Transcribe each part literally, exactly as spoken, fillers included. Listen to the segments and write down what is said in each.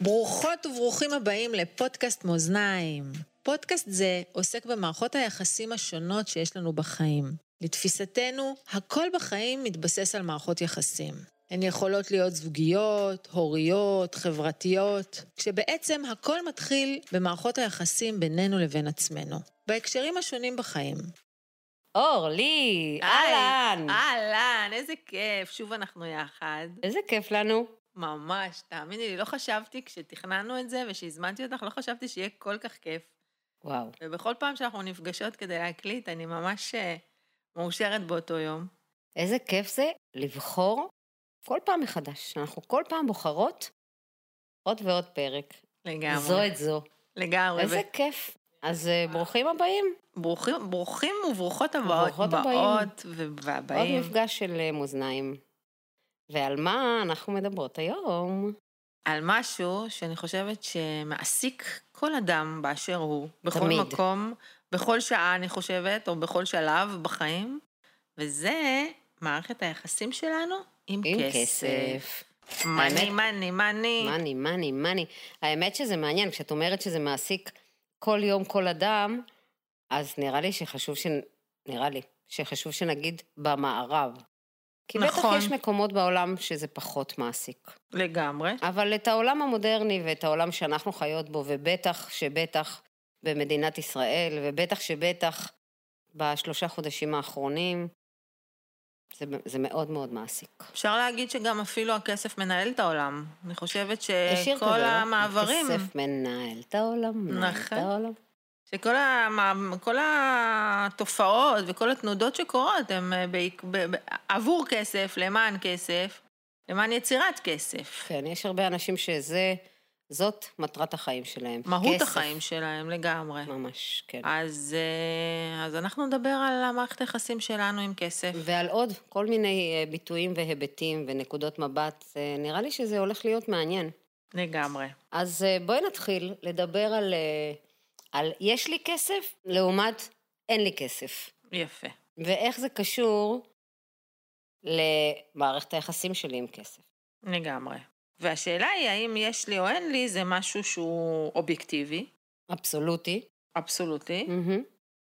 ברוכות וברוכים הבאים לפודקאסט מאזניים. פודקאסט זה עוסק במערכות היחסים השונות שיש לנו בחיים. לתפיסתנו, הכל בחיים מתבסס על מערכות יחסים. הן יכולות להיות זוגיות, הוריות, חברתיות, כשבעצם הכל מתחיל במערכות היחסים בינינו לבין עצמנו, בהקשרים השונים בחיים. אורלי, אהלן. אהלן, איזה כיף, שוב אנחנו יחד. איזה כיף לנו. ממש, תאמיני לי, לא חשבתי כשתכננו את זה ושהזמנתי אותך, לא חשבתי שיהיה כל כך כיף. וואו. ובכל פעם שאנחנו נפגשות כדי להקליט, אני ממש מאושרת באותו יום. איזה כיף זה לבחור כל פעם מחדש. אנחנו כל פעם בוחרות עוד ועוד פרק. לגמרי. זו את זו. לגמרי. איזה ו... כיף. אז ברוכים הבאים. ברוכים, ברוכים וברוכות הבאות. ברוכות הבאים. באות והבאים. עוד מפגש של מאזניים. ועל מה אנחנו מדברות היום? על משהו שאני חושבת שמעסיק כל אדם באשר הוא. בכל תמיד. מקום, בכל שעה אני חושבת, או בכל שלב בחיים. וזה מערכת היחסים שלנו עם, עם כסף. כסף. מני, מני, מני. מני, מני, מני. האמת שזה מעניין, כשאת אומרת שזה מעסיק כל יום כל אדם, אז נראה לי שחשוב, ש... נראה לי, שחשוב שנגיד במערב. כי נכון. בטח יש מקומות בעולם שזה פחות מעסיק. לגמרי. אבל את העולם המודרני ואת העולם שאנחנו חיות בו, ובטח שבטח במדינת ישראל, ובטח שבטח בשלושה חודשים האחרונים, זה, זה מאוד מאוד מעסיק. אפשר להגיד שגם אפילו הכסף מנהל את העולם. אני חושבת שכל שכל המעברים... הכסף מנהל את העולם, מנהל את העולם. שכל המע... כל התופעות וכל התנודות שקורות הם ב... ב... ב... עבור כסף, למען כסף, למען יצירת כסף. כן, יש הרבה אנשים שזה, זאת מטרת החיים שלהם. מהות כסף. החיים שלהם לגמרי. ממש, כן. אז, אז אנחנו נדבר על המערכת היחסים שלנו עם כסף. ועל עוד כל מיני ביטויים והיבטים ונקודות מבט. נראה לי שזה הולך להיות מעניין. לגמרי. אז בואי נתחיל לדבר על... על יש לי כסף, לעומת אין לי כסף. יפה. ואיך זה קשור למערכת היחסים שלי עם כסף. לגמרי. והשאלה היא, האם יש לי או אין לי, זה משהו שהוא אובייקטיבי. אבסולוטי. אבסולוטי. Mm-hmm.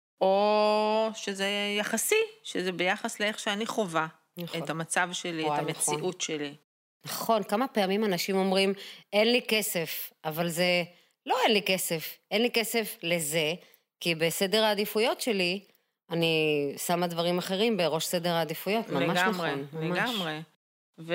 או שזה יחסי, שזה ביחס לאיך שאני חובה. נכון. את המצב שלי, וואי, את המציאות נכון. שלי. נכון, כמה פעמים אנשים אומרים, אין לי כסף, אבל זה... לא אין לי כסף, אין לי כסף לזה, כי בסדר העדיפויות שלי, אני שמה דברים אחרים בראש סדר העדיפויות, ממש לגמרי, נכון. ממש. לגמרי. ו...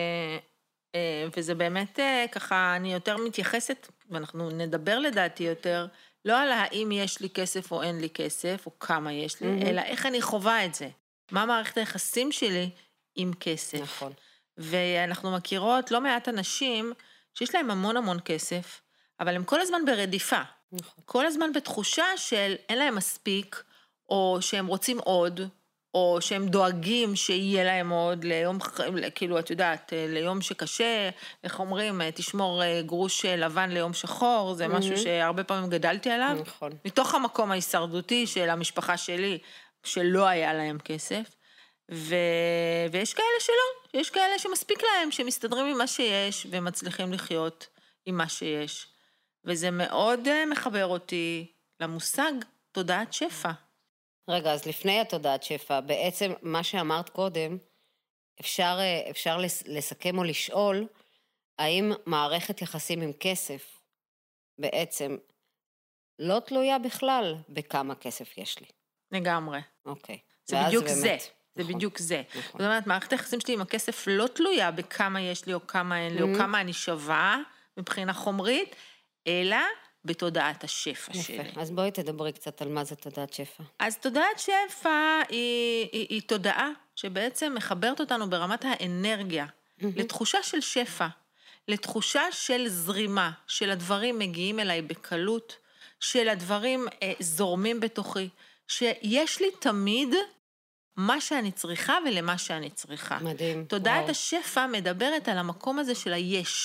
וזה באמת ככה, אני יותר מתייחסת, ואנחנו נדבר לדעתי יותר, לא על האם יש לי כסף או אין לי כסף, או כמה יש לי, mm-hmm. אלא איך אני חווה את זה. מה מערכת היחסים שלי עם כסף. נכון. ואנחנו מכירות לא מעט אנשים שיש להם המון המון כסף, אבל הם כל הזמן ברדיפה. נכון. כל הזמן בתחושה של אין להם מספיק, או שהם רוצים עוד, או שהם דואגים שיהיה להם עוד ליום, כאילו את יודעת, ליום שקשה, איך אומרים, תשמור גרוש לבן ליום שחור, זה משהו mm-hmm. שהרבה פעמים גדלתי עליו. נכון. מתוך המקום ההישרדותי של המשפחה שלי, שלא היה להם כסף. ו... ויש כאלה שלא, יש כאלה שמספיק להם, שמסתדרים עם מה שיש, ומצליחים לחיות עם מה שיש. וזה מאוד מחבר אותי למושג תודעת שפע. רגע, אז לפני התודעת שפע, בעצם מה שאמרת קודם, אפשר, אפשר לסכם או לשאול, האם מערכת יחסים עם כסף בעצם לא תלויה בכלל בכמה כסף יש לי. לגמרי. אוקיי. זה בדיוק באמת, זה. זה נכון, בדיוק זה. נכון. זאת אומרת, מערכת היחסים שלי עם הכסף לא תלויה בכמה יש לי או כמה אין לי, או כמה אני שווה מבחינה חומרית, אלא בתודעת השפע יפה. שלי. אז בואי תדברי קצת על מה זה תודעת שפע. אז תודעת שפע היא, היא, היא תודעה שבעצם מחברת אותנו ברמת האנרגיה, לתחושה של שפע, לתחושה של זרימה, של הדברים מגיעים אליי בקלות, של הדברים אה, זורמים בתוכי, שיש לי תמיד מה שאני צריכה ולמה שאני צריכה. מדהים. תודעת וואו. השפע מדברת על המקום הזה של היש.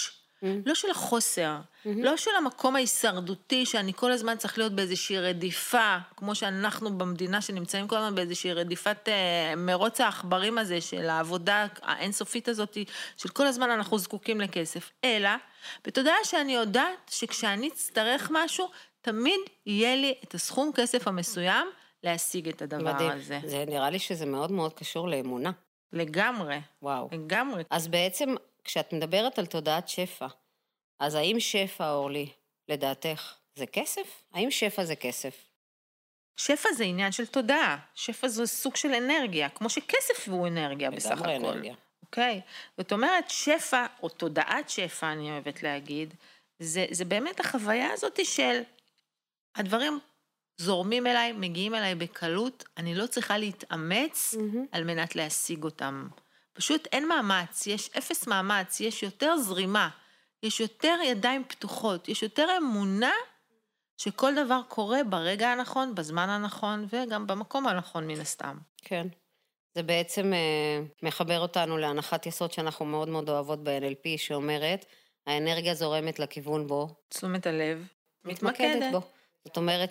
לא של החוסר, לא של המקום ההישרדותי, שאני כל הזמן צריך להיות באיזושהי רדיפה, כמו שאנחנו במדינה שנמצאים כל הזמן באיזושהי רדיפת אה, מרוץ העכברים הזה, של העבודה האינסופית הזאת, של כל הזמן אנחנו זקוקים לכסף, אלא בתודעה שאני יודעת שכשאני אצטרך משהו, תמיד יהיה לי את הסכום כסף המסוים להשיג את הדבר מדהים. הזה. זה נראה לי שזה מאוד מאוד קשור לאמונה. לגמרי. וואו. לגמרי. אז בעצם, כשאת מדברת על תודעת שפע, אז האם שפע, אורלי, לדעתך, זה כסף? האם שפע זה כסף? שפע זה עניין של תודעה. שפע זה סוג של אנרגיה, כמו שכסף הוא אנרגיה בסך הכל. לגמרי אנרגיה. אוקיי? זאת אומרת, שפע, או תודעת שפע, אני אוהבת להגיד, זה, זה באמת החוויה הזאת של הדברים זורמים אליי, מגיעים אליי בקלות, אני לא צריכה להתאמץ mm-hmm. על מנת להשיג אותם. פשוט אין מאמץ, יש אפס מאמץ, יש יותר זרימה, יש יותר ידיים פתוחות, יש יותר אמונה שכל דבר קורה ברגע הנכון, בזמן הנכון, וגם במקום הנכון מן הסתם. כן. זה בעצם אה, מחבר אותנו להנחת יסוד שאנחנו מאוד מאוד אוהבות ב-אן אל פי, שאומרת, האנרגיה זורמת לכיוון בו. תשומת הלב. מתמקדת, מתמקדת בו. זאת אומרת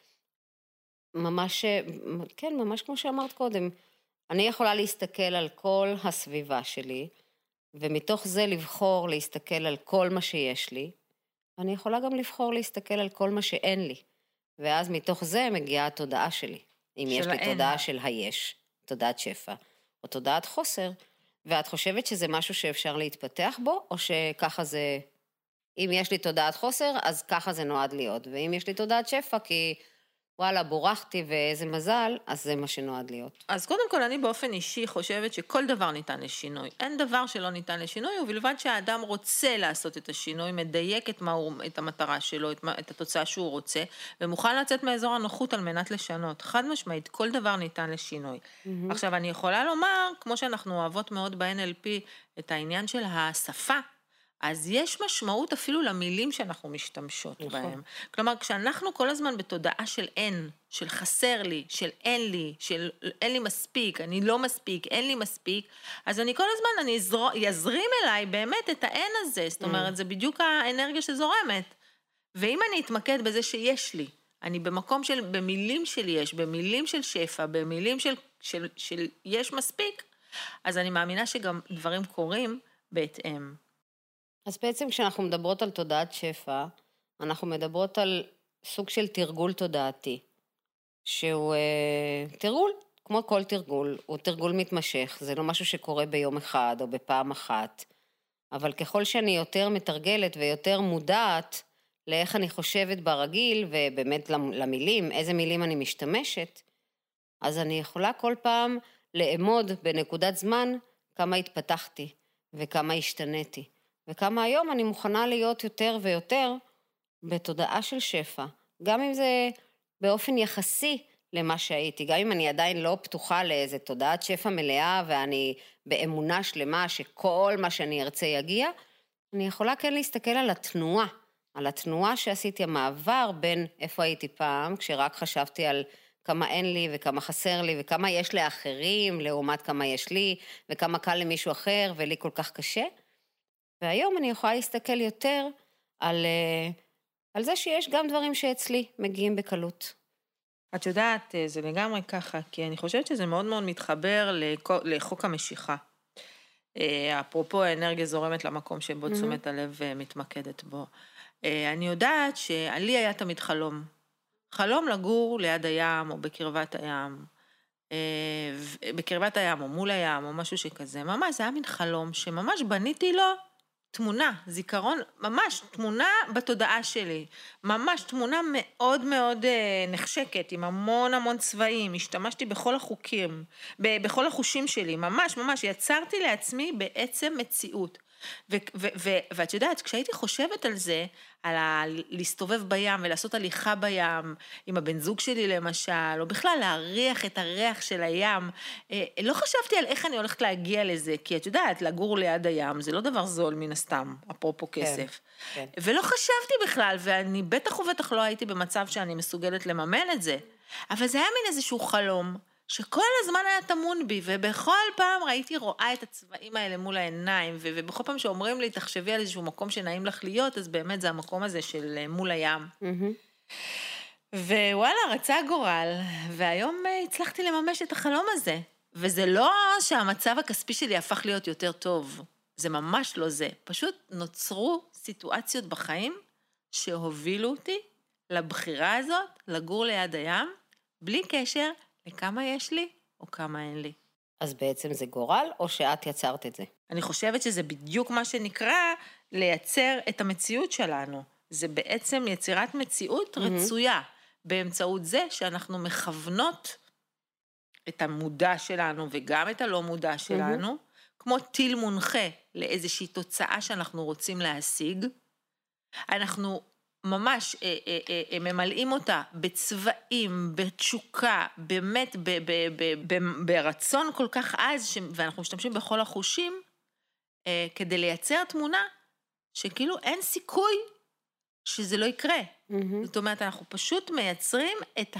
שממש, כן, ממש כמו שאמרת קודם, אני יכולה להסתכל על כל הסביבה שלי, ומתוך זה לבחור להסתכל על כל מה שיש לי, אני יכולה גם לבחור להסתכל על כל מה שאין לי, ואז מתוך זה מגיעה התודעה שלי. אם יש לי תודעה של היש, תודעת שפע, או תודעת חוסר, ואת חושבת שזה משהו שאפשר להתפתח בו, או שככה זה, אם יש לי תודעת חוסר, אז ככה זה נועד להיות, ואם יש לי תודעת שפע, כי וואלה, בורחתי ואיזה מזל, אז זה מה שנועד להיות. אז קודם כל, אני באופן אישי חושבת שכל דבר ניתן לשינוי. אין דבר שלא ניתן לשינוי, ובלבד שהאדם רוצה לעשות את השינוי, מדייק את, מה הוא, את המטרה שלו, את, את התוצאה שהוא רוצה, ומוכן לצאת מאזור הנוחות על מנת לשנות. חד משמעית, כל דבר ניתן לשינוי. Mm-hmm. עכשיו, אני יכולה לומר, כמו שאנחנו אוהבות מאוד ב-אן אל פי, את העניין של השפה, אז יש משמעות אפילו למילים שאנחנו משתמשות נכון. בהם. כלומר, כשאנחנו כל הזמן בתודעה של אין, של חסר לי, של אין לי, של אין לי מספיק, אני לא מספיק, אין לי מספיק, אז אני כל הזמן, אני יזר, יזרים אליי באמת את האין הזה, זאת אומרת, mm. זה בדיוק האנרגיה שזורמת. ואם אני אתמקד בזה שיש לי, אני במקום של, במילים של יש, במילים של שפע, במילים של, של, של יש מספיק, אז אני מאמינה שגם דברים קורים בהתאם. אז בעצם כשאנחנו מדברות על תודעת שפע, אנחנו מדברות על סוג של תרגול תודעתי, שהוא אה, תרגול, כמו כל תרגול, הוא תרגול מתמשך, זה לא משהו שקורה ביום אחד או בפעם אחת, אבל ככל שאני יותר מתרגלת ויותר מודעת לאיך אני חושבת ברגיל, ובאמת למילים, איזה מילים אני משתמשת, אז אני יכולה כל פעם לאמוד בנקודת זמן כמה התפתחתי וכמה השתניתי. וכמה היום אני מוכנה להיות יותר ויותר בתודעה של שפע, גם אם זה באופן יחסי למה שהייתי, גם אם אני עדיין לא פתוחה לאיזה תודעת שפע מלאה, ואני באמונה שלמה שכל מה שאני ארצה יגיע, אני יכולה כן להסתכל על התנועה, על התנועה שעשיתי, המעבר בין איפה הייתי פעם, כשרק חשבתי על כמה אין לי וכמה חסר לי, וכמה יש לאחרים, לעומת כמה יש לי, וכמה קל למישהו אחר, ולי כל כך קשה, והיום אני יכולה להסתכל יותר על, על זה שיש גם דברים שאצלי מגיעים בקלות. את יודעת, זה לגמרי ככה, כי אני חושבת שזה מאוד מאוד מתחבר לחוק המשיכה. אפרופו האנרגיה זורמת למקום שבו תשומת הלב מתמקדת בו. אני יודעת שעלי היה תמיד חלום. חלום לגור ליד הים או בקרבת הים. בקרבת הים או מול הים או משהו שכזה. ממש, זה היה מין חלום שממש בניתי לו תמונה, זיכרון, ממש תמונה בתודעה שלי, ממש תמונה מאוד מאוד נחשקת, עם המון המון צבעים, השתמשתי בכל החוקים, בכל החושים שלי, ממש ממש, יצרתי לעצמי בעצם מציאות. ו- ו- ו- ואת יודעת, כשהייתי חושבת על זה, על ה- להסתובב בים ולעשות הליכה בים, עם הבן זוג שלי למשל, או בכלל להריח את הריח של הים, אה, לא חשבתי על איך אני הולכת להגיע לזה, כי את יודעת, לגור ליד הים, זה לא דבר זול מן הסתם, אפרופו כסף. כן, כן. ולא חשבתי בכלל, ואני בטח ובטח לא הייתי במצב שאני מסוגלת לממן את זה, אבל זה היה מין איזשהו חלום, שכל הזמן היה תמון בי, ובכל פעם ראיתי רואה את הצבעים האלה מול העיניים, ו- ובכל פעם שאומרים לי, תחשבי על איזשהו מקום שנעים לך להיות, אז באמת זה המקום הזה של מול הים. ווואלה, רצה גורל, והיום הצלחתי לממש את החלום הזה. וזה לא שהמצב הכספי שלי הפך להיות יותר טוב, זה ממש לא זה. פשוט נוצרו סיטואציות בחיים שהובילו אותי לבחירה הזאת, לגור ליד הים, בלי קשר לכמה יש לי או כמה אין לי. אז בעצם זה גורל, או שאת יצרת את זה? אני חושבת שזה בדיוק מה שנקרא לייצר את המציאות שלנו. זה בעצם יצירת מציאות mm-hmm. רצויה, באמצעות זה שאנחנו מכוונות את המודע שלנו וגם את הלא מודע שלנו, mm-hmm. כמו טיל מונחה לאיזושהי תוצאה שאנחנו רוצים להשיג. אנחנו ממש אה, אה, אה, ממלאים אותה בצבעים, בתשוקה, באמת ב, ב, ב, ב, ברצון כל כך עז, ש... ואנחנו משתמשים בכל החושים, אה, כדי לייצר תמונה שכאילו אין סיכוי שזה לא יקרה. Mm-hmm. זאת אומרת, אנחנו פשוט מייצרים את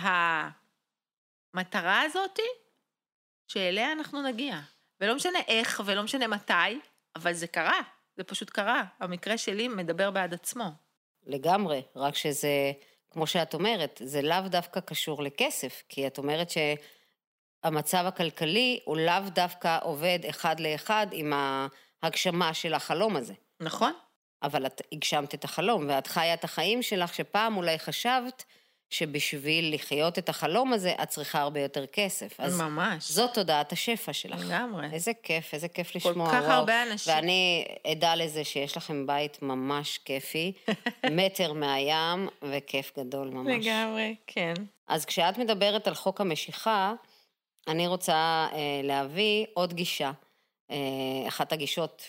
המטרה הזאת, שאליה אנחנו נגיע. ולא משנה איך ולא משנה מתי, אבל זה קרה, זה פשוט קרה. המקרה שלי מדבר בעד עצמו. לגמרי, רק שזה, כמו שאת אומרת, זה לאו דווקא קשור לכסף, כי את אומרת שהמצב הכלכלי הוא לאו דווקא עובד אחד לאחד עם ההגשמה של החלום הזה. נכון. אבל את הגשמת את החלום, ואת חיה את החיים שלך, שפעם אולי חשבת שבשביל לחיות את החלום הזה, את צריכה הרבה יותר כסף. אז ממש. זאת תודעת השפע שלך. לגמרי. איזה כיף, איזה כיף לשמוע. כל כך וואו. הרבה אנשים. ואני עדה לזה שיש לכם בית ממש כיפי, מטר מהים, וכיף גדול ממש. לגמרי, כן. אז כשאת מדברת על חוק המשיכה, אני רוצה אה, להביא עוד גישה. אה, אחת הגישות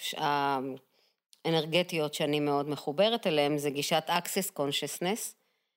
האנרגטיות שאני מאוד מחוברת אליהן, זה גישת Access Consciousness,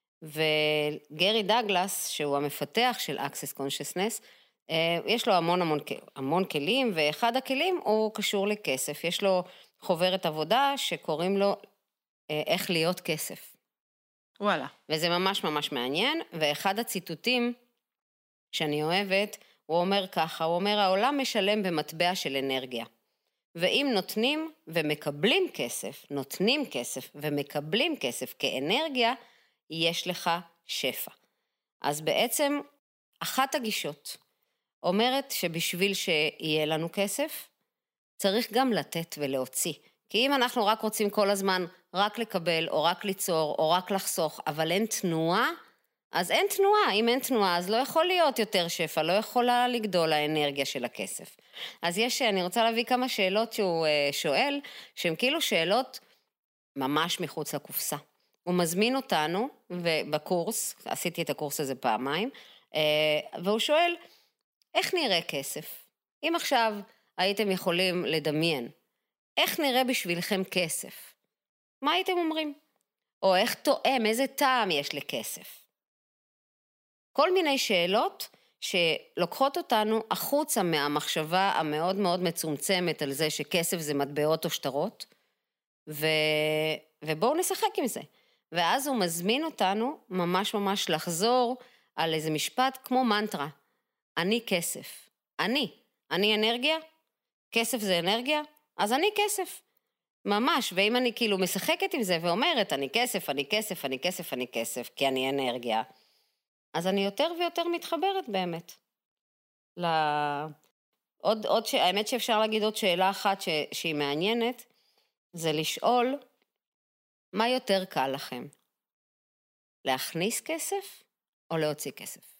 וגרי דאגלס, שהוא המפתח של Access Consciousness, יש לו המון המון, המון כלים, ואחד הכלים הוא קשור לכסף. יש לו חוברת עבודה שקוראים לו איך להיות כסף. וואלה. וזה ממש ממש מעניין, ואחד הציטוטים שאני אוהבת, הוא אומר ככה, הוא אומר, העולם משלם במטבע של אנרגיה. ואם נותנים ומקבלים כסף, נותנים כסף ומקבלים כסף כאנרגיה, יש לך שפע. אז בעצם אחת הגישות אומרת שבשביל שיהיה לנו כסף, צריך גם לתת ולהוציא. כי אם אנחנו רק רוצים כל הזמן רק לקבל או רק ליצור או רק לחסוך, אבל אין תנועה, אז אין תנועה. אם אין תנועה, אז לא יכול להיות יותר שפע, לא יכולה לגדול האנרגיה של הכסף. אז יש, אני רוצה להביא כמה שאלות שהוא שואל, שהן כאילו שאלות ממש מחוץ לקופסה. הוא מזמין אותנו, ובקורס, עשיתי את הקורס הזה פעמיים, והוא שואל, איך נראה כסף? אם עכשיו הייתם יכולים לדמיין, איך נראה בשבילכם כסף? מה הייתם אומרים? או איך תואם, איזה טעם יש לכסף? כל מיני שאלות שלוקחות אותנו החוצה מהמחשבה המאוד מאוד מצומצמת על זה שכסף זה מטבעות או שטרות, ו... ובואו נשחק עם זה. ואז הוא מזמין אותנו ממש ממש לחזור על איזה משפט כמו מנטרה. אני כסף. אני. אני אנרגיה? כסף זה אנרגיה? אז אני כסף. ממש. ואם אני כאילו משחקת עם זה ואומרת, אני כסף, אני כסף, אני כסף, אני כסף, כי אני אנרגיה, אז אני יותר ויותר מתחברת באמת. ל... עוד, עוד ש... האמת שאפשר להגיד עוד שאלה אחת ש... שהיא מעניינת, זה לשאול, מה יותר קל לכם? להכניס כסף או להוציא כסף?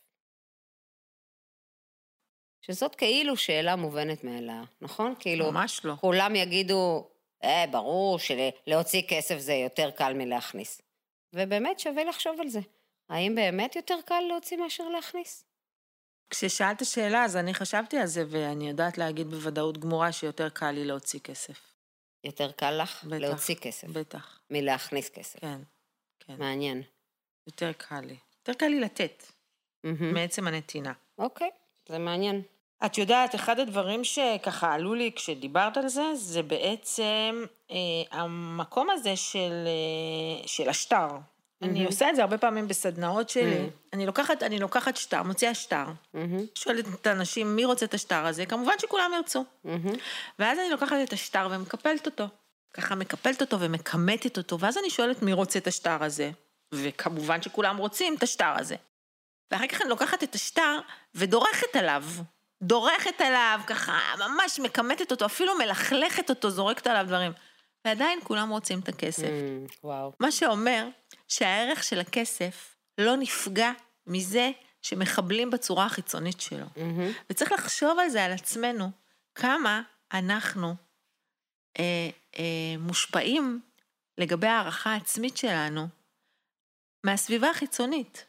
שזאת כאילו שאלה מובנת מאליה, נכון? כאילו, ממש לא. כולם יגידו, אה, ברור שלהוציא כסף זה יותר קל מלהכניס. ובאמת שווה לחשוב על זה. האם באמת יותר קל להוציא מאשר להכניס? כששאלת שאלה, אז אני חשבתי על זה, ואני יודעת להגיד בוודאות גמורה שיותר קל לי להוציא כסף. יותר קל לך בטח, להוציא כסף. בטח. מלהכניס כסף. כן, כן. מעניין. יותר קל לי. יותר קל לי לתת. Mm-hmm. מעצם הנתינה. אוקיי, זה מעניין. את יודעת, אחד הדברים שככה עלו לי כשדיברת על זה, זה בעצם אה, המקום הזה של, אה, של השטר. אני עושה את זה הרבה פעמים בסדנאות שלי. אני לוקחת, אני לוקחת שטר, מוציאה שטר. שואלת את האנשים, מי רוצה את השטר הזה? כמובן שכולם ירצו. ואז אני לוקחת את השטר ומקפלת אותו. ככה מקפלת אותו ומקמטת אותו, ואז אני שואלת מי רוצה את השטר הזה. וכמובן שכולם רוצים את השטר הזה. ואחר כך אני לוקחת את השטר ודורכת עליו. דורכת עליו, ככה ממש מקמטת אותו, אפילו מלכלכת אותו, זורקת עליו דברים. ועדיין כולם רוצים את הכסף. Mm, וואו. מה שאומר שהערך של הכסף לא נפגע מזה שמחבלים בצורה החיצונית שלו. Mm-hmm. וצריך לחשוב על זה, על עצמנו, כמה אנחנו אה, אה, מושפעים לגבי הערכה העצמית שלנו מהסביבה החיצונית.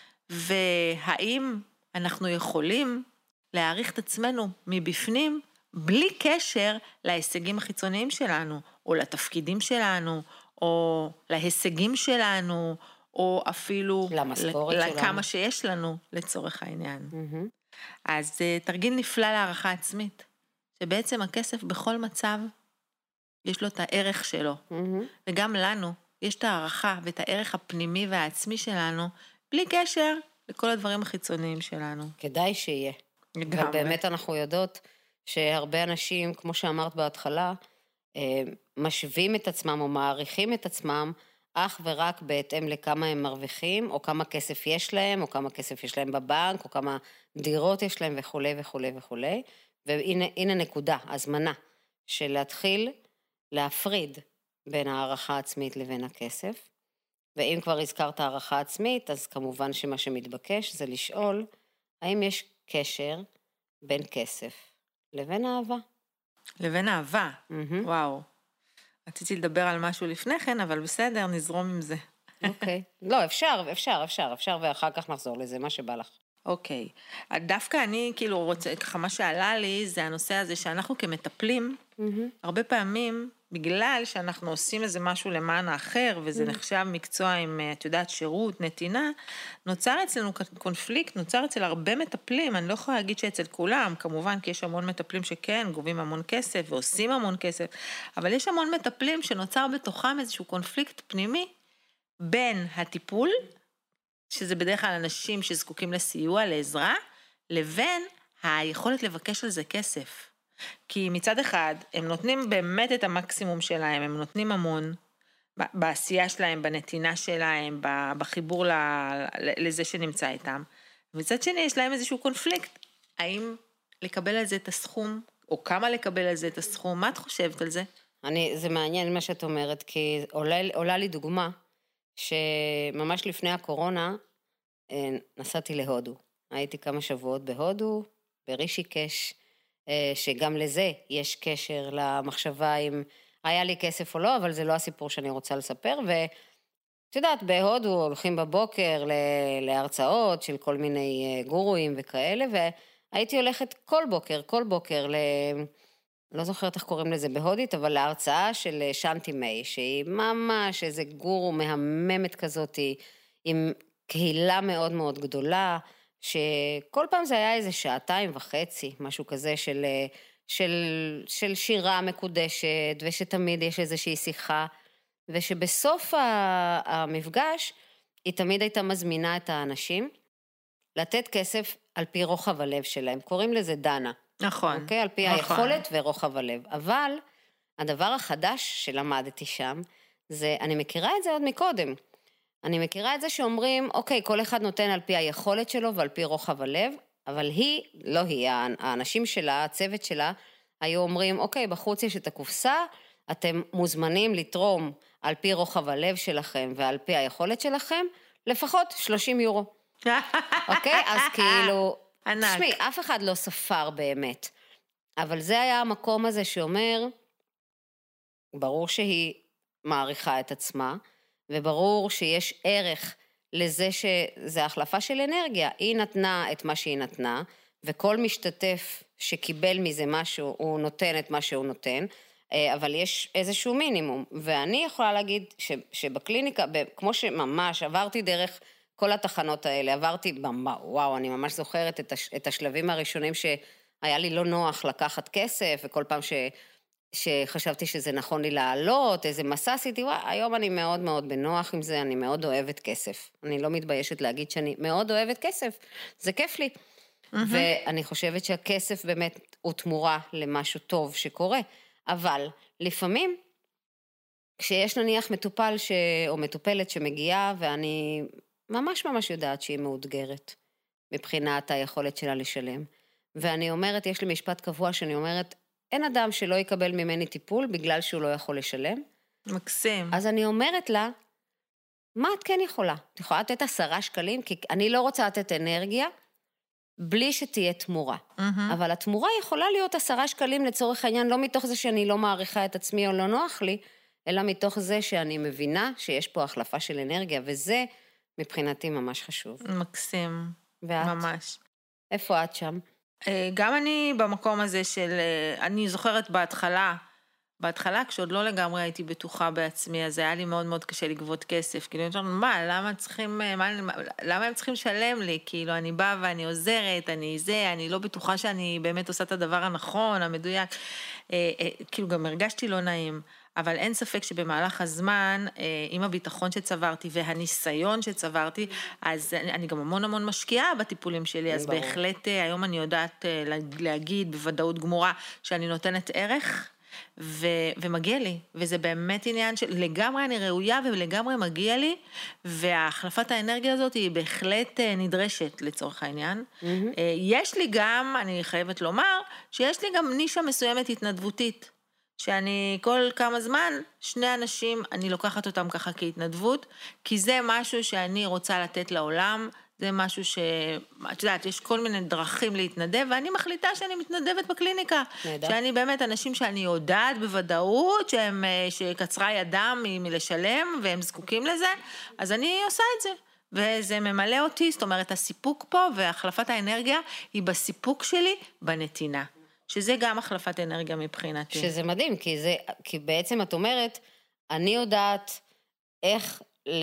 והאם אנחנו יכולים להעריך את עצמנו מבפנים בלי קשר להישגים החיצוניים שלנו, או לתפקידים שלנו, או להישגים שלנו, או אפילו למשכורת שלנו. לכמה שיש לנו לצורך העניין. Mm-hmm. אז תרגיל נפלא להערכה עצמית, שבעצם הכסף בכל מצב יש לו את הערך שלו, Mm-hmm. וגם לנו יש את הערכה ואת הערך הפנימי והעצמי שלנו, בלי קשר לכל הדברים החיצוניים שלנו. כדאי שיהיה. לגמרי. ובאמת אנחנו יודעות שהרבה אנשים, כמו שאמרת בהתחלה, משווים את עצמם או מעריכים את עצמם, אך ורק בהתאם לכמה הם מרוויחים, או כמה כסף יש להם, או כמה כסף יש להם בבנק, או כמה דירות יש להם וכו' וכו' וכו'. והנה הנה נקודה, הזמנה, של להתחיל להפריד בין הערכה העצמית לבין הכסף. ואם כבר הזכרת הערכה עצמית, אז כמובן שמה שמתבקש זה לשאול, האם יש קשר בין כסף לבין אהבה? לבין אהבה, Mm-hmm. וואו. רציתי לדבר על משהו לפני כן, אבל בסדר, נזרום עם זה. אוקיי. לא, אפשר, אפשר, אפשר, אפשר, ואחר כך נחזור לזה, מה שבא לך. אוקיי. דווקא אני, כאילו, רוצה, ככה מה שעלה לי, זה הנושא הזה שאנחנו כמטפלים, Mm-hmm. הרבה פעמים, בגלל שאנחנו עושים איזה משהו למען האחר, וזה Mm. נחשב מקצוע עם, את יודעת, שירות, נתינה, נוצר אצלנו קונפליקט, נוצר אצל הרבה מטפלים, אני לא יכולה להגיד שאצל כולם, כמובן, כי יש המון מטפלים שכן, גובים המון כסף, ועושים המון כסף, אבל יש המון מטפלים שנוצר בתוכם איזשהו קונפליקט פנימי, בין הטיפול, שזה בדרך כלל אנשים שזקוקים לסיוע, לעזרה, לבין היכולת לבקש על זה כסף. כי מצד אחד, הם נותנים באמת את המקסימום שלהם, הם נותנים המון בעשייה שלהם, בנתינה שלהם, בחיבור לזה שנמצא איתם. ומצד שני, יש להם איזשהו קונפליקט. האם לקבל על זה את הסכום, או כמה לקבל על זה את הסכום? מה את חושבת על זה? אני, זה מעניין מה שאת אומרת, כי עולה, עולה לי דוגמה, שממש לפני הקורונה, נסעתי להודו. הייתי כמה שבועות בהודו, ברישיקש, שגם לזה יש קשר למחשבה אם היה לי כסף או לא, אבל זה לא הסיפור שאני רוצה לספר, ואת יודעת, בהודו הולכים בבוקר להרצאות של כל מיני גורואים וכאלה, והייתי הולכת כל בוקר, כל בוקר, ל... לא זוכרת איך קוראים לזה בהודית, אבל להרצאה של שאנטי מיי, שהיא ממש איזה גורו מהממת כזאת, עם קהילה מאוד מאוד גדולה, שכל פעם זה היה איזה שעתיים וחצי, משהו כזה של, של, של שירה מקודשת, ושתמיד יש איזושהי שיחה, ושבסוף המפגש, היא תמיד הייתה מזמינה את האנשים, לתת כסף על פי רוחב הלב שלהם, קוראים לזה דנה. נכון. אוקיי? על פי נכון. היכולת ורוחב הלב. אבל הדבר החדש שלמדתי שם, זה, אני מכירה את זה עוד מקודם, אני מכירה את זה שאומרים, אוקיי, כל אחד נותן על פי היכולת שלו ועל פי רוחב הלב, אבל היא, לא היא, האנשים שלה, הצוות שלה, היו אומרים, אוקיי, בחוץ יש את הקופסה, אתם מוזמנים לתרום על פי רוחב הלב שלכם ועל פי היכולת שלכם, לפחות שלושים יורו. אוקיי? אז כאילו, תשמעי, אף אחד לא ספר באמת, אבל זה היה המקום הזה שאומר, ברור שהיא מעריכה את עצמה, וברור שיש ערך לזה שזה החלפה של אנרגיה. היא נתנה את מה שהיא נתנה, וכל משתתף שקיבל מזה משהו, הוא נותן את מה שהוא נותן, אבל יש איזשהו מינימום. ואני יכולה להגיד ש, שבקליניקה, כמו שממש עברתי דרך כל התחנות האלה, עברתי, וואו, אני ממש זוכרת את, הש, את השלבים הראשונים שהיה לי לא נוח לקחת כסף, וכל פעם ש... שחשבתי שזה נכון לי לעלות, איזה מסע עשיתי, וואי, היום אני מאוד מאוד בנוח עם זה, אני מאוד אוהבת כסף. אני לא מתביישת להגיד שאני מאוד אוהבת כסף, זה כיף לי. Mm-hmm. ואני חושבת שהכסף באמת הוא תמורה למשהו טוב שקורה, אבל לפעמים, כשיש נניח מטופל ש... או מטופלת שמגיעה, ואני ממש ממש יודעת שהיא מאותגרת, מבחינת היכולת שלה לשלם. ואני אומרת, יש לי משפט קבוע שאני אומרת, אין אדם שלא יקבל ממני טיפול בגלל שהוא לא יכול לשלם. מקסים. אז אני אומרת לה, מה את כן יכולה? את יכולה לתת עשרה שקלים? כי אני לא רוצה לתת אנרגיה, בלי שתהיה תמורה. Mm-hmm. אבל התמורה יכולה להיות עשרה שקלים לצורך העניין, לא מתוך זה שאני לא מעריכה את עצמי או לא נוח לי, אלא מתוך זה שאני מבינה שיש פה החלפה של אנרגיה, וזה מבחינתי ממש חשוב. מקסים. ואת? ממש. איפה את שם? גם אני במקום הזה של, אני זוכרת בהתחלה, בהתחלה כשעוד לא לגמרי הייתי בטוחה בעצמי, אז היה לי מאוד מאוד קשה לגבות כסף, כאילו, אני אומרת, מה, למה צריכים, מה, למה הם צריכים לשלם לי? כאילו, אני באה ואני עוזרת, אני זה, אני לא בטוחה שאני באמת עושה את הדבר הנכון, המדויק, כאילו, גם הרגשתי לא נעים, אבל אין ספק שבמהלך הזמן, עם הביטחון שצברתי והניסיון שצברתי, אז אני גם המון המון משקיעה בטיפולים שלי, אז ברור. בהחלט היום אני יודעת להגיד בוודאות גמורה שאני נותנת ערך, ו- ומגיע לי, וזה באמת עניין של לגמרי אני ראויה ולגמרי מגיע לי, והחלפת האנרגיה הזאת היא בהחלט נדרשת לצורך העניין. Mm-hmm. יש לי גם, אני חייבת לומר, שיש לי גם נישה מסוימת התנדבותית, שאני כל כמה זמן, שני אנשים, אני לוקחת אותם ככה כהתנדבות, כי זה משהו שאני רוצה לתת לעולם, זה משהו ש... את יודעת, יש כל מיני דרכים להתנדב, ואני מחליטה שאני מתנדבת בקליניקה. נדע. שאני באמת אנשים שאני יודעת בוודאות, שהם, שקצרה ידם מלשלם, והם זקוקים לזה, אז אני עושה את זה. וזה ממלא אותי, זאת אומרת, הסיפוק פה, והחלפת האנרגיה, היא בסיפוק שלי, בנתינה. שזה גם החלפת אנרגיה מבחינתי. שזה מדהים, כי, זה, כי בעצם את אומרת, אני יודעת איך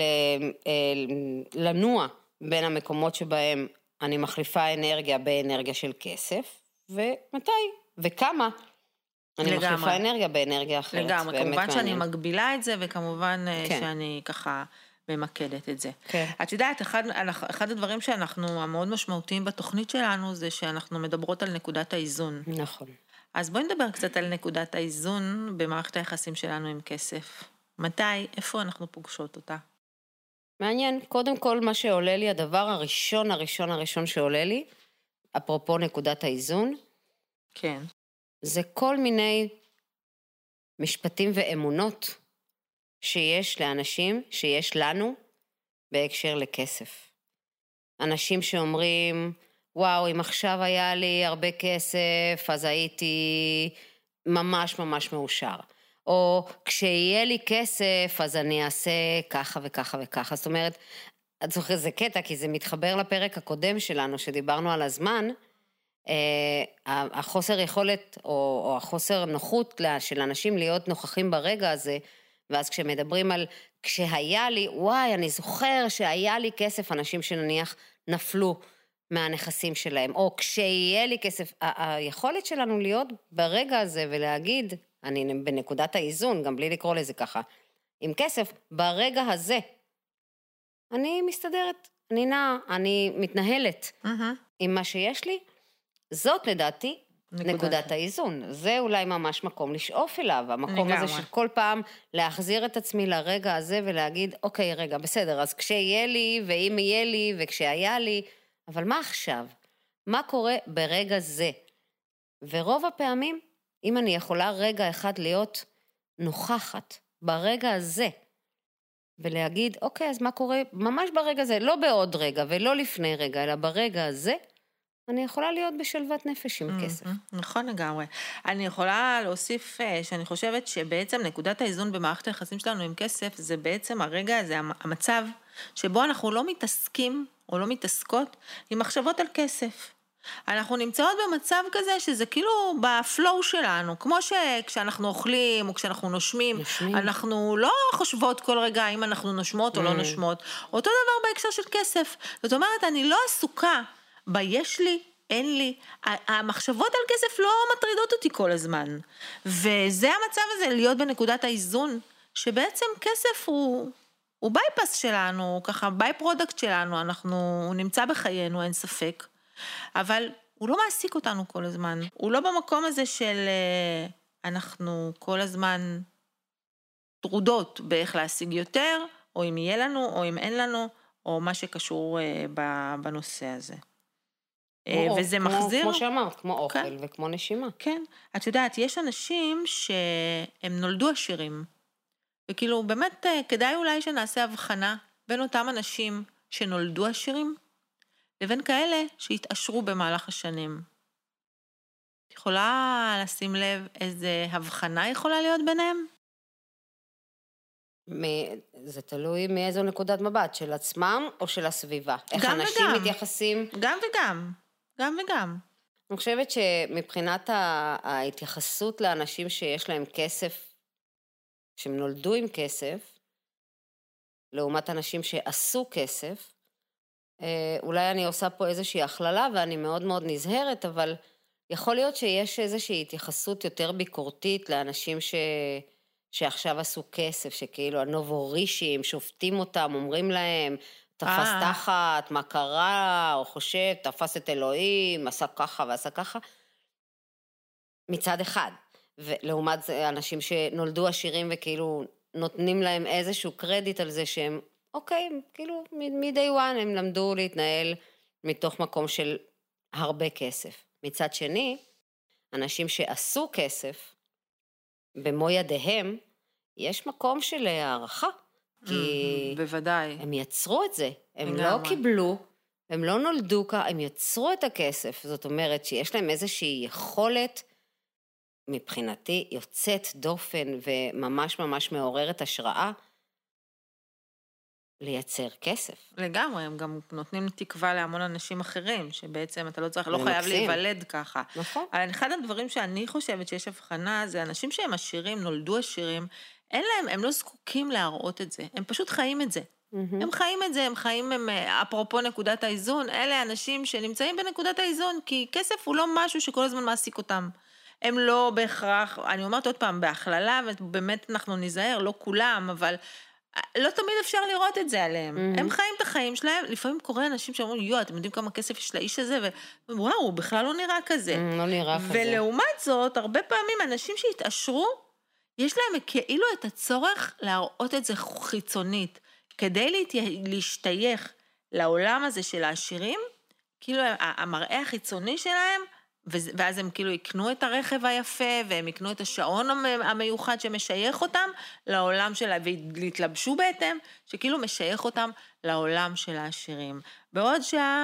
לנוע בין המקומות שבהם אני מחליפה אנרגיה באנרגיה של כסף, ומתי, וכמה אני לגמרי. מחליפה אנרגיה באנרגיה אחרת. לגמרי, כמובן מעניין. שאני מגבילה את זה, וכמובן כן. שאני ככה ממקדת את זה. כן. את יודעת, אחד, אחד הדברים שאנחנו המאוד משמעותיים בתוכנית שלנו, זה שאנחנו מדברות על נקודת האיזון. נכון. אז בואי נדבר קצת על נקודת האיזון במערכת היחסים שלנו עם כסף. מתי, איפה אנחנו פוגשות אותה? מעניין, קודם כל מה שעולה לי, הדבר הראשון, הראשון, הראשון שעולה לי, אפרופו נקודת האיזון, כן. זה כל מיני משפטים ואמונות שיש לאנשים, שיש לנו, בהקשר לכסף. אנשים שאומרים, וואו, אם עכשיו היה לי הרבה כסף, אז הייתי ממש ממש מאושר. או כשיהיה לי כסף, אז אני אעשה ככה וככה וככה. זאת אומרת, את זוכרת, זה קטע, כי זה מתחבר לפרק הקודם שלנו, שדיברנו על הזמן, החוסר יכולת, או, או החוסר נוחות של אנשים להיות נוכחים ברגע הזה, ואז כשמדברים על כשהיה לי, וואי, אני זוכר שהיה לי כסף, אנשים שנניח נפלו מהנכסים שלהם, או כשיהיה לי כסף, היכולת שלנו להיות ברגע הזה ולהגיד, אני בנקודת האיזון, גם בלי לקרוא לזה ככה, עם כסף, ברגע הזה, אני מסתדרת, אני נעה, אני מתנהלת uh-huh. עם מה שיש לי, זאת לדעתי נקודת, נקודת האיזון. זה אולי ממש מקום לשאוף אליו, המקום לגמרי. הזה של כל פעם להחזיר את עצמי לרגע הזה ולהגיד, אוקיי, רגע, בסדר, אז כשיהיה לי, ואם יהיה לי, וכשהיה לי, אבל מה עכשיו? מה קורה ברגע זה? ורוב הפעמים, אם אני יכולה רגע אחד להיות נוכחת ברגע הזה, ולהגיד, אוקיי, אז מה קורה ממש ברגע הזה, לא בעוד רגע ולא לפני רגע, אלא ברגע הזה, אני יכולה להיות בשלוות נפש עם כסף. נכון לגמרי. אני יכולה להוסיף שאני חושבת שבעצם נקודת האיזון במערכת היחסים שלנו עם כסף, זה בעצם הרגע הזה, המצב שבו אנחנו לא מתעסקים או לא מתעסקות עם מחשבות על כסף. אנחנו נמצאות במצב כזה שזה כאילו בפלואו שלנו, כמו שכשאנחנו אוכלים או כשאנחנו נושמים, נושמים. אנחנו לא חושבות כל רגע אם אנחנו נושמות או mm. לא נושמות. אותו דבר בהקשר של כסף. זאת אומרת, אני לא עסוקה ביש לי אין לי, המחשבות על כסף לא מטרידות אותי כל הזמן, וזה המצב הזה, להיות בנקודת האיזון, שבעצם כסף הוא, הוא בייפס שלנו, ככה ביי פרודקט שלנו, אנחנו, הוא נמצא בחיינו, אין ספק, אבל הוא לא מעסיק אותנו כל הזמן, הוא לא במקום הזה של אנחנו כל הזמן טרודות באיך להשיג יותר, או אם יהיה לנו, או אם אין לנו, או מה שקשור בנושא הזה. כמו, וזה כמו, מחזיר... כמו שאמרת, כמו אוכל כן. וכמו נשימה. כן, את יודעת, יש אנשים שהם נולדו עשירים, וכאילו באמת כדאי אולי שנעשה הבחנה בין אותם אנשים שנולדו עשירים, לבין כאלה שהתעשרו במהלך השנים. את יכולה לשים לב איזה הבחנה יכולה להיות ביניהם? זה תלוי מאיזו נקודת מבט, של עצמם או של הסביבה. איך אנשים וגם. מתייחסים? גם וגם, גם וגם. אני חושבת שמבחינת ההתייחסות לאנשים שיש להם כסף, שהם נולדו עם כסף, לעומת אנשים שעשו כסף, אולי אני עושה פה איזושהי הכללה, ואני מאוד מאוד נזהרת, אבל יכול להיות שיש איזושהי התייחסות יותר ביקורתית לאנשים ש... שעכשיו עשו כסף, שכאילו הנובורישים, שופטים אותם, אומרים להם, תפס תחת, מה קרה, או חושב, תפס את אלוהים, עשה ככה ועשה ככה. מצד אחד, ולעומת זה, אנשים שנולדו עשירים וכאילו נותנים להם איזשהו קרדיט על זה שהם, אוקיי, כאילו מ-day one הם למדו להתנהל מתוך מקום של הרבה כסף. מצד שני, אנשים שעשו כסף, במו ידיהם, יש מקום של הערכה, כי בוודאי. הם יצרו את זה, הם לא קיבלו, הם לא נולדו ככה, הם יצרו את הכסף, זאת אומרת שיש להם איזושהי יכולת, מבחינתי יוצאת דופן וממש ממש מעוררת השראה, לייצר כסף. לגמרי, הם גם נותנים תקווה להמון אנשים אחרים, שבעצם אתה לא צריך, לא חייב להיוולד ככה. נכון. אבל אחד הדברים שאני חושבת שיש הבחנה, זה אנשים שהם עשירים, נולדו עשירים, אין להם, הם לא זקוקים להראות את זה, הם פשוט חיים את זה. הם חיים את זה, הם חיים, הם, אפרופו נקודת האיזון, אלה אנשים שנמצאים בנקודת האיזון, כי כסף הוא לא משהו שכל הזמן מעסיק אותם. הם לא בהכרח, אני אומרת עוד פעם, בהכללה, ובאמת אנחנו נזהר, לא כולם, אבל לא תמיד אפשר לראות את זה עליהם. Mm-hmm. הם חיים את החיים שלהם, לפעמים קורה אנשים שאומרים, יו, אתם יודעים כמה כסף יש לאיש הזה, ווואו, הוא בכלל לא נראה כזה. Mm, לא נראה כזה. ולעומת זאת, הרבה פעמים אנשים שהתעשרו, יש להם כאילו את הצורך להראות את זה חיצונית, כדי להתי... להשתייך לעולם הזה של העשירים, כאילו המראה החיצוני שלהם, ואז הם כאילו יקנו את הרכב היפה, והם יקנו את השעון המיוחד שמשייך אותם לעולם שלה, ולהתלבשו בהתאם, שכאילו משייך אותם לעולם של העשירים. בעוד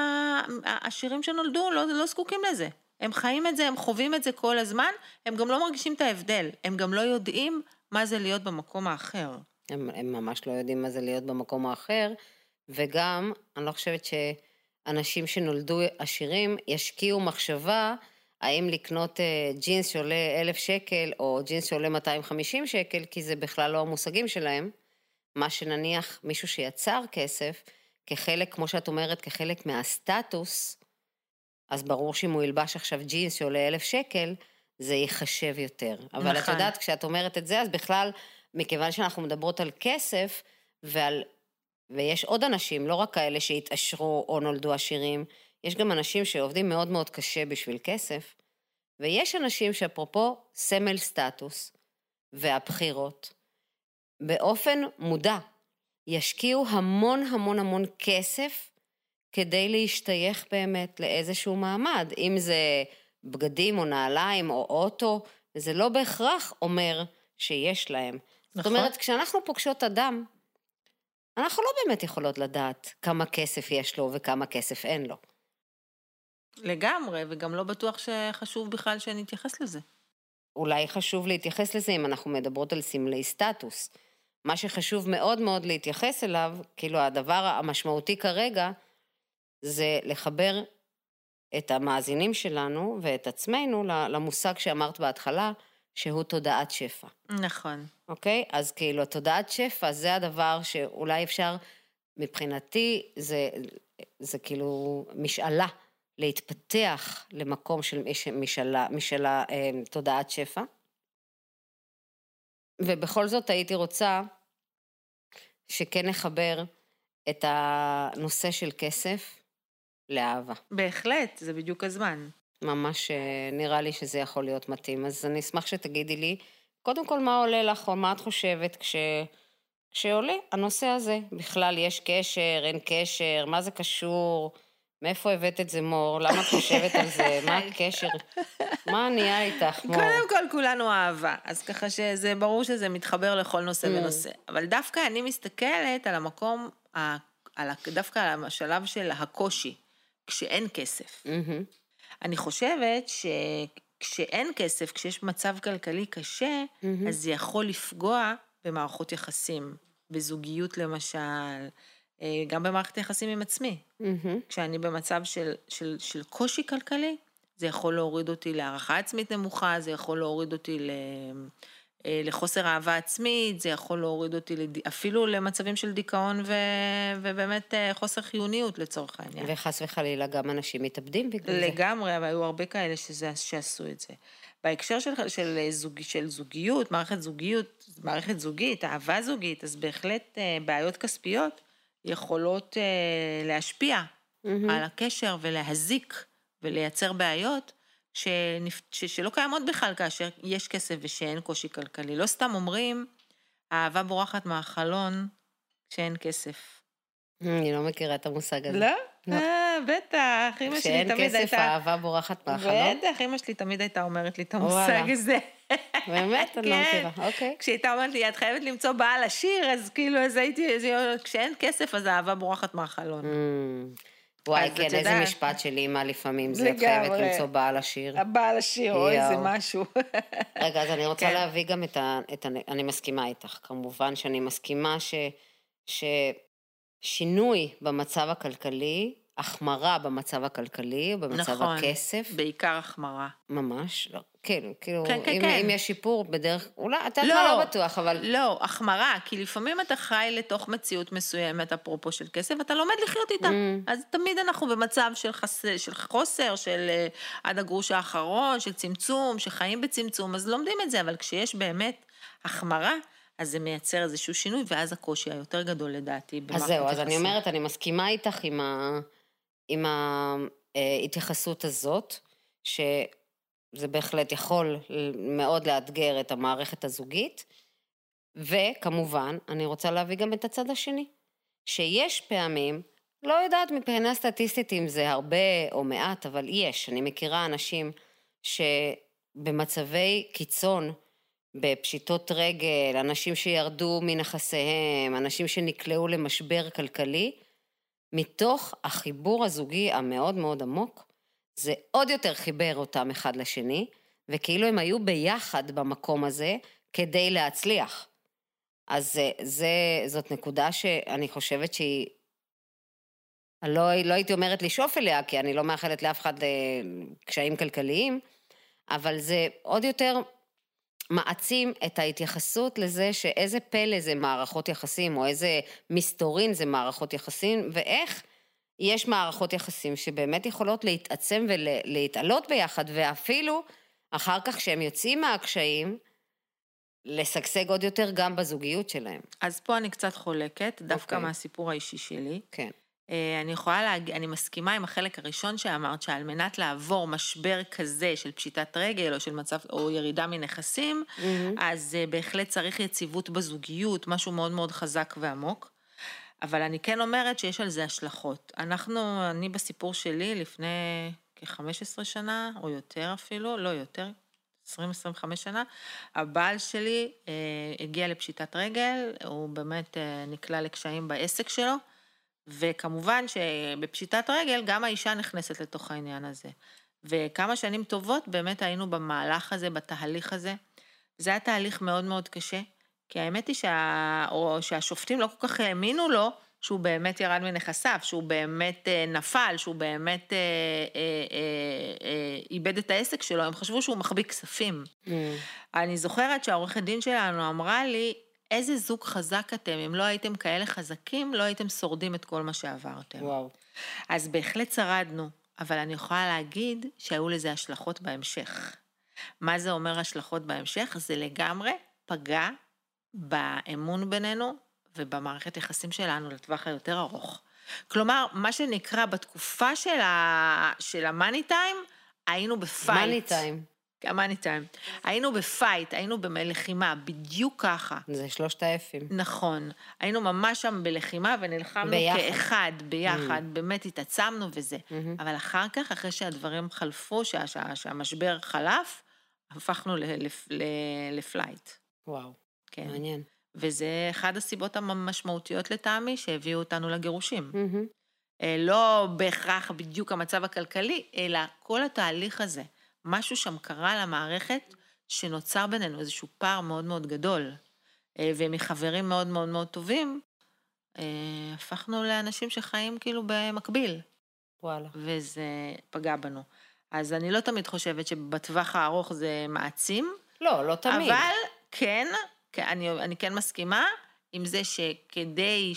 שהעשירים שנולדו לא, לא זקוקים לזה. הם חיים את זה, הם חווים את זה כל הזמן, הם גם לא מרגישים את ההבדל, הם גם לא יודעים מה זה להיות במקום האחר. הם, הם ממש לא יודעים מה זה להיות במקום האחר, וגם, אני לא חושבת שאנשים שנולדו עשירים, ישקיעו מחשבה, האם לקנות ג'ינס שעולה אלף שקל, או ג'ינס שעולה מאתיים וחמישים שקל, כי זה בכלל לא המושגים שלהם, מה שנניח מישהו שיצר כסף, כחלק, כמו שאת אומרת, כחלק מהסטטוס, אז ברור שאם הוא ילבש עכשיו ג'ינס שעולה אלף שקל, זה יחשב יותר. אבל את יודעת, כשאת אומרת את זה, אז בכלל, מכיוון שאנחנו מדברות על כסף, ועל, ויש עוד אנשים, לא רק כאלה שהתעשרו או נולדו עשירים, יש גם אנשים שעובדים מאוד מאוד קשה בשביל כסף, ויש אנשים שאפרופו סמל סטטוס והבחירות, באופן מודע, ישקיעו המון המון המון כסף, כדי להשתייך באמת לאיזשהו מעמד, אם זה בגדים או נעליים או אוטו, זה לא בהכרח אומר שיש להם. נכון. זאת אומרת, כשאנחנו פוגשות אדם, אנחנו לא באמת יכולות לדעת כמה כסף יש לו וכמה כסף אין לו. לגמרי, וגם לא בטוח שחשוב בכלל שנתייחס לזה. אולי חשוב להתייחס לזה אם אנחנו מדברות על סמלי סטטוס. מה שחשוב מאוד מאוד להתייחס אליו, כאילו הדבר המשמעותי כרגע, זה לחבר את המאזינים שלנו ואת עצמנו למושג שאמרת בהתחלה, שהוא תודעת שפע. נכון. אוקיי? אז כאילו, תודעת שפע זה הדבר שאולי אפשר, מבחינתי, זה, זה כאילו משאלה להתפתח למקום של משלה, משלה אה, תודעת שפע. ובכל זאת הייתי רוצה שכן נחבר את הנושא של כסף לאהבה. בהחלט, זה בדיוק הזמן. ממש נראה לי שזה יכול להיות מתאים, אז אני אשמח שתגידי לי, קודם כל מה עולה לך, או מה את חושבת כש... כשעולה הנושא הזה, בכלל יש קשר, אין קשר, מה זה קשור, מאיפה הבאת את זה מור, למה את חושבת על זה, מה הקשר, מה נהיה איתך מור? קודם כל כולנו אהבה, אז ככה שזה ברור שזה מתחבר לכל נושא ונושא, אבל דווקא אני מסתכלת על המקום, על, דווקא על השלב של הקושי, כשאין כסף. אני חושבת שכשאין כסף, כשיש מצב כלכלי קשה, אז זה יכול לפגוע במערכות יחסים, בזוגיות למשל, גם במערכת יחסים עם עצמי. כשאני במצב של, של, של קושי כלכלי, זה יכול להוריד אותי להערכה עצמית נמוכה, זה יכול להוריד אותי לחוסר אהבה עצמית, זה יכול להוריד אותי אפילו למצבים של דיכאון ו, ובאמת חוסר חיוניות לצורך העניין. וחס וחלילה גם אנשים מתאבדים בגלל זה. לגמרי, אבל היו הרבה כאלה שזה, שעשו את זה. בהקשר של, של, זוג, של זוגיות, מערכת זוגיות, מערכת זוגית, אהבה זוגית, אז בהחלט בעיות כספיות יכולות להשפיע mm-hmm. על הקשר ולהזיק ולייצר בעיות שנפ... ש... שלא קיימות בכלל כאשר יש כסף ושאין קושי כלכלי. לא סתם אומרים, האהבה בורחת מהחלון כשאין כסף. אני לא מכירה את המושג הזה. לא? אה, בטח, אמא שלי תמיד הייתה... כשאין כסף, האהבה בורחת מהחלון? בטח, אמא שלי תמיד הייתה אומרת לי את המושג הזה. באמת? אני לא מכירה, אוקיי. כשהייתה אומרת לי, את חייבת למצוא בעל עשיר, אז כאילו, אז הייתי, כשאין כסף, אז האהבה בורחת מהחלון. וואי, כן, איזה משפט של אימא לפעמים, זה את חייבת למצוא בעל עשיר. הבעל עשיר, או איזה משהו. רגע, אז אני רוצה להביא גם את ה... אני מסכימה איתך, כמובן שאני מסכימה ששינוי במצב הכלכלי, החמרה במצב הכלכלי, במצב הכסף. נכון, בעיקר החמרה. ממש, לא. כן, כאילו, כן, כן, אם, כן. אם יש שיפור בדרך, אולי, אתה לא, לא בטוח, אבל... לא, החמרה, כי לפעמים אתה חי לתוך מציאות מסוימת, אפרופו של כסף, אתה לומד לחיות איתה. Mm. אז תמיד אנחנו במצב של, חס... של חוסר, של uh, עד הגרוש האחרון, של צמצום, שחיים בצמצום, אז לומדים את זה, אבל כשיש באמת החמרה, אז זה מייצר איזשהו שינוי, ואז הקושי היותר גדול לדעתי. אז זהו, אז אני אומרת, אני מסכימה איתך עם, ה... עם ההתייחסות הזאת, ש... זה בהחלט יכול מאוד לאתגר את המערכת הזוגית, וכמובן, אני רוצה להביא גם את הצד השני, שיש פעמים, לא יודעת מבחינה סטטיסטית אם זה הרבה או מעט, אבל יש, אני מכירה אנשים שבמצבי קיצון, בפשיטות רגל, אנשים שירדו מנכסיהם, אנשים שנקלעו למשבר כלכלי, מתוך החיבור הזוגי המאוד מאוד עמוק, זה עוד יותר חיבר אותם אחד לשני, וכאילו הם היו ביחד במקום הזה, כדי להצליח. אז זה, זה, זאת נקודה שאני חושבת שהיא, לא, לא הייתי אומרת לשאוף אליה, כי אני לא מאחלת לאף אחד קשיים כלכליים, אבל זה עוד יותר מעצים את ההתייחסות לזה שאיזה פלא זה מערכות יחסים, או איזה מסתורין זה מערכות יחסים, ואיך יש מערכות יחסים שבאמת יכולות להתעצם ולהתעלות ביחד, ואפילו אחר כך שהם יוצאים מהקשיים, לשגשג עוד יותר גם בזוגיות שלהם. אז פה אני קצת חולקת, דווקא okay. מהסיפור האישי שלי. כן. אני יכולה להגיד, אני מסכימה עם החלק הראשון שאמרת, שעל מנת לעבור משבר כזה של פשיטת רגל, או של מצב, או ירידה מנכסים, mm-hmm. אז בהחלט צריך יציבות בזוגיות, משהו מאוד מאוד חזק ועמוק. אבל אני כן אומרת שיש על זה השלכות. אנחנו, אני בסיפור שלי לפני כ-חמש עשרה שנה, או יותר אפילו, לא יותר, עשרים עשרים וחמש שנה, הבעל שלי אה, הגיע לפשיטת רגל, הוא באמת אה, נקלע לקשיים בעסק שלו, וכמובן שבפשיטת רגל גם האישה נכנסת לתוך העניין הזה. וכמה שנים טובות באמת היינו במהלך הזה, בתהליך הזה. זה היה תהליך מאוד מאוד קשה, כי האמת היא שה... או שהשופטים לא כל כך האמינו לו, שהוא באמת ירד מנכסיו, שהוא באמת נפל, שהוא באמת אה, אה, אה, אה, איבד את העסק שלו, הם חשבו שהוא מחביא כספים. Mm. אני זוכרת שהעורכת דין שלנו אמרה לי, איזה זוג חזק אתם, אם לא הייתם כאלה חזקים, לא הייתם שורדים את כל מה שעברתם. וואו. אז בהחלט שרדנו, אבל אני יכולה להגיד שהיו לזה השלכות בהמשך. מה זה אומר השלכות בהמשך? זה לגמרי פגע באמון בינינו ובמערכת יחסים שלנו לטווח היותר ארוך. כלומר, מה שנקרא בתקופה של ה... של המאני טיים, היינו בפייט. מאני טיים. המאני טיים. היינו בפייט, היינו בלחימה, בדיוק ככה. זה שלושת האפים. נכון. היינו ממש שם בלחימה ונלחמנו ביחד. כאחד, ביחד, mm. באמת התעצמנו וזה. Mm-hmm. אבל אחר כך, אחרי שהדברים חלפו, שה... שה... שהמשבר חלף, הפכנו לפלייט. וואו, כן. מעניין. וזה אחד הסיבות המשמעותיות לטעמי שהביאו אותנו לגירושים. Mm-hmm. לא בהכרח בדיוק המצב הכלכלי, אלא כל התהליך הזה. משהו שם קרה למערכת שנוצר בינינו איזשהו פער מאוד מאוד גדול. ומחברים מאוד מאוד מאוד טובים, הפכנו לאנשים שחיים כאילו במקביל. וואלה. וזה פגע בנו. אז אני לא תמיד חושבת שבטווח הארוך זה מעצים. לא, לא תמיד. אבל כן, אני, אני כן מסכימה עם זה שכדי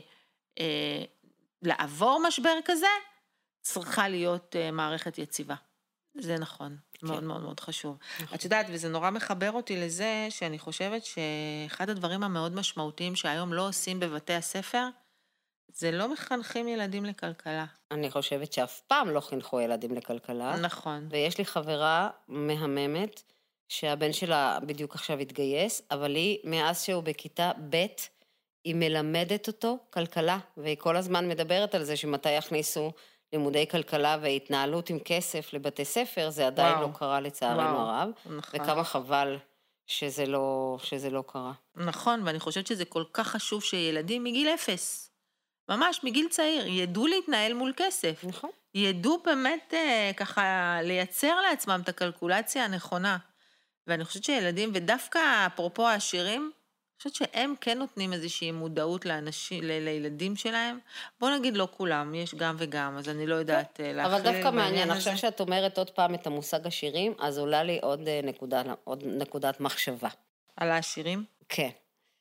שלעבור משבר כזה, צריכה להיות מערכת יציבה. זה נכון, כן. מאוד מאוד מאוד חשוב. נכון. את יודעת, וזה נורא מחבר אותי לזה, שאני חושבת שאחד הדברים המאוד משמעותיים שהיום לא עושים בבתי הספר, זה לא מחנכים ילדים לכלכלה. אני חושבת שאף פעם לא חינכו ילדים לכלכלה. נכון. ויש לי חברה מהממת, שהבן שלה בדיוק עכשיו התגייס, אבל היא, מאז שהוא בכיתה ב', היא מלמדת אותו כלכלה, והיא כל הזמן מדברת על זה שמתי יכניסו לימודי כלכלה והתנהלות עם כסף לבתי ספר, זה עדיין וואו. לא קרה לצערנו הרב, נכון. וכמה חבל שזה לא, שזה לא קרה. נכון, ואני חושבת שזה כל כך חשוב שילדים מגיל אפס, ממש מגיל צעיר, ידעו להתנהל מול כסף. נכון. ידעו באמת ככה לייצר לעצמם את הקלקולציה הנכונה. ואני חושבת שילדים, ודווקא אפרופו העשירים, אני חושבת שהם כן נותנים איזושהי מודעות לאנשים, לילדים שלהם. בוא נגיד לא כולם, יש גם וגם, אז אני לא יודעת להכליל. אבל דווקא מעניין, עכשיו שאת אומרת עוד פעם את המושג עשירים, אז עולה לי עוד, נקודה, עוד נקודת מחשבה. על העשירים? כן.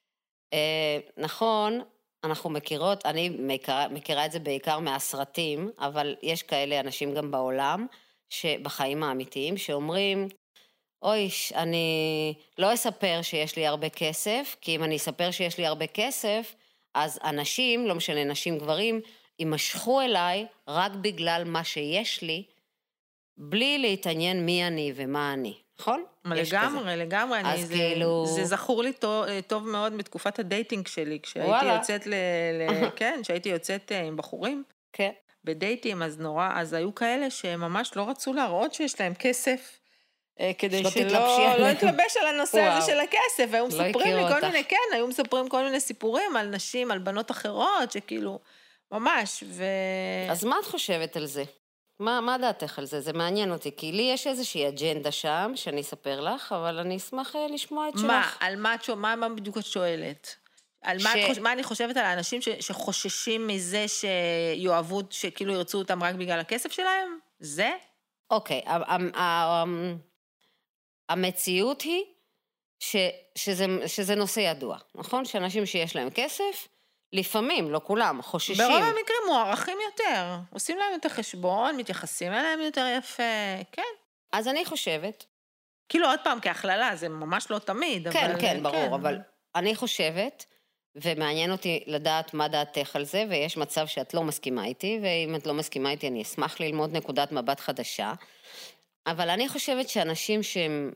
אה, נכון, אנחנו מכירות, אני מכירה, מכירה את זה בעיקר מהסרטים, אבל יש כאלה אנשים גם בעולם, שבחיים האמיתיים, שאומרים, אוי, אני לא אספר שיש לי הרבה כסף, כי אם אני אספר שיש לי הרבה כסף, אז אנשים, לא משנה נשים גברים, יימשכו אליי רק בגלל מה שיש לי, בלי להתעניין מי אני ומה אני, נכון? לגמרי, לגמרי, אני, זה, כאילו... זה זכור לי טוב, טוב מאוד בתקופת הדייטינג שלי, כשהייתי וואלה. יוצאת ל... ל... כן, כשהייתי יוצאת עם בחורים, כן. בדייטים, אז נורא, אז היו כאלה שממש לא רצו להראות שיש להם כסף, כדי שלא לא יתלבש על הנושא וואו. הזה של הכסף, והיו מספרים לי כל אותך. מיני, כן, היו מספרים כל מיני סיפורים על נשים, על בנות אחרות, שכאילו, ממש, ו... אז מה את חושבת על זה? מה, מה דעתך על זה? זה מעניין אותי, כי לי יש איזושהי אג'נדה שם, שאני אספר לך, אבל אני אשמח לשמוע את שלך. מה, על מה את שואלת? מה, מה בדיוק את שואלת? על ש... מה, חוש... מה אני חושבת על האנשים ש... שחוששים מזה שיואבו, שכאילו ירצו אותם רק בגלל הכסף שלהם? זה? אוקיי, המציאות היא ש... שזה, שזה נושא ידוע, נכון? שאנשים שיש להם כסף, לפעמים, לא כולם, חוששים. ברוב המקרים מוערכים יותר, עושים להם יותר חשבון, מתייחסים אליהם יותר יפה, כן. אז אני חושבת... כאילו עוד פעם כהכללה, זה ממש לא תמיד, כן, אבל... כן, ברור, כן. אבל אני חושבת, ומעניין אותי לדעת מה דעתך על זה, ויש מצב שאת לא מסכימה איתי, ואם את לא מסכימה איתי, אני אשמח ללמוד נקודת מבט חדשה, אבל אני חושבת שאנשים שהם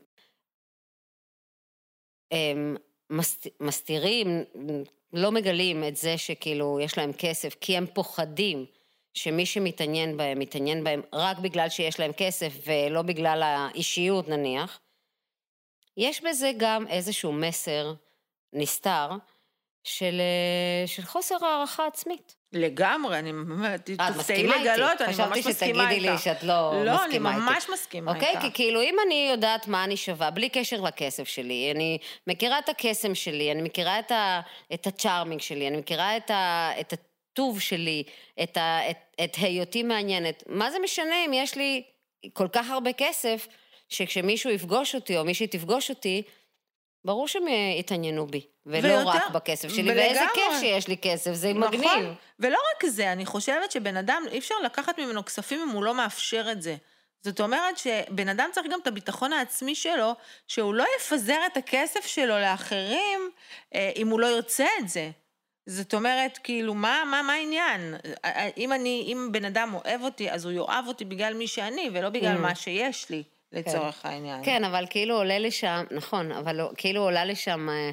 הם מסת, מסתירים, לא מגלים את זה שכאילו יש להם כסף, כי הם פוחדים שמי שמתעניין בהם, מתעניין בהם רק בגלל שיש להם כסף, ולא בגלל האישיות נניח, יש בזה גם איזשהו מסר נסתר, של, של חוסר הערכה עצמית. לגמרי, אני תופתעי לגלות, אני ממש מסכימה איתה. חשבתי שתגידי לי שאת לא מסכימה איתה. לא, אני ממש מסכימה איתה. אוקיי? כי כאילו, אם אני יודעת מה אני שווה, בלי קשר לכסף שלי, אני מכירה את הקסם שלי, אני מכירה את, ה, את הצ'ארמינג שלי, אני מכירה את, ה, את הטוב שלי, את, ה, את, את היותי מעניינת. מה זה משנה אם יש לי כל כך הרבה כסף, שכשמישהו יפגוש אותי, או מישהי תפגוש אותי, ברור שהם יתעניינו בי, ולא ויותר- רק בכסף שלי, ולגמרי. ואיזה כיף שיש לי כסף, זה מגניב. נכון, ולא רק זה, אני חושבת שבן אדם, אי אפשר לקחת ממנו כספים אם הוא לא מאפשר את זה. זאת אומרת שבן אדם צריך גם את הביטחון העצמי שלו, שהוא לא יפזר את הכסף שלו לאחרים, אה, אם הוא לא ירצה את זה. זאת אומרת, כאילו, מה, מה, מה העניין? אם אני, אם בן אדם אוהב אותי, אז הוא יאהב אותי בגלל מי שאני, ולא בגלל מה שיש לי, לצורך העניין. כן, אבל כאילו עולה לי שם, נכון, אבל כאילו עולה לי שם, אה,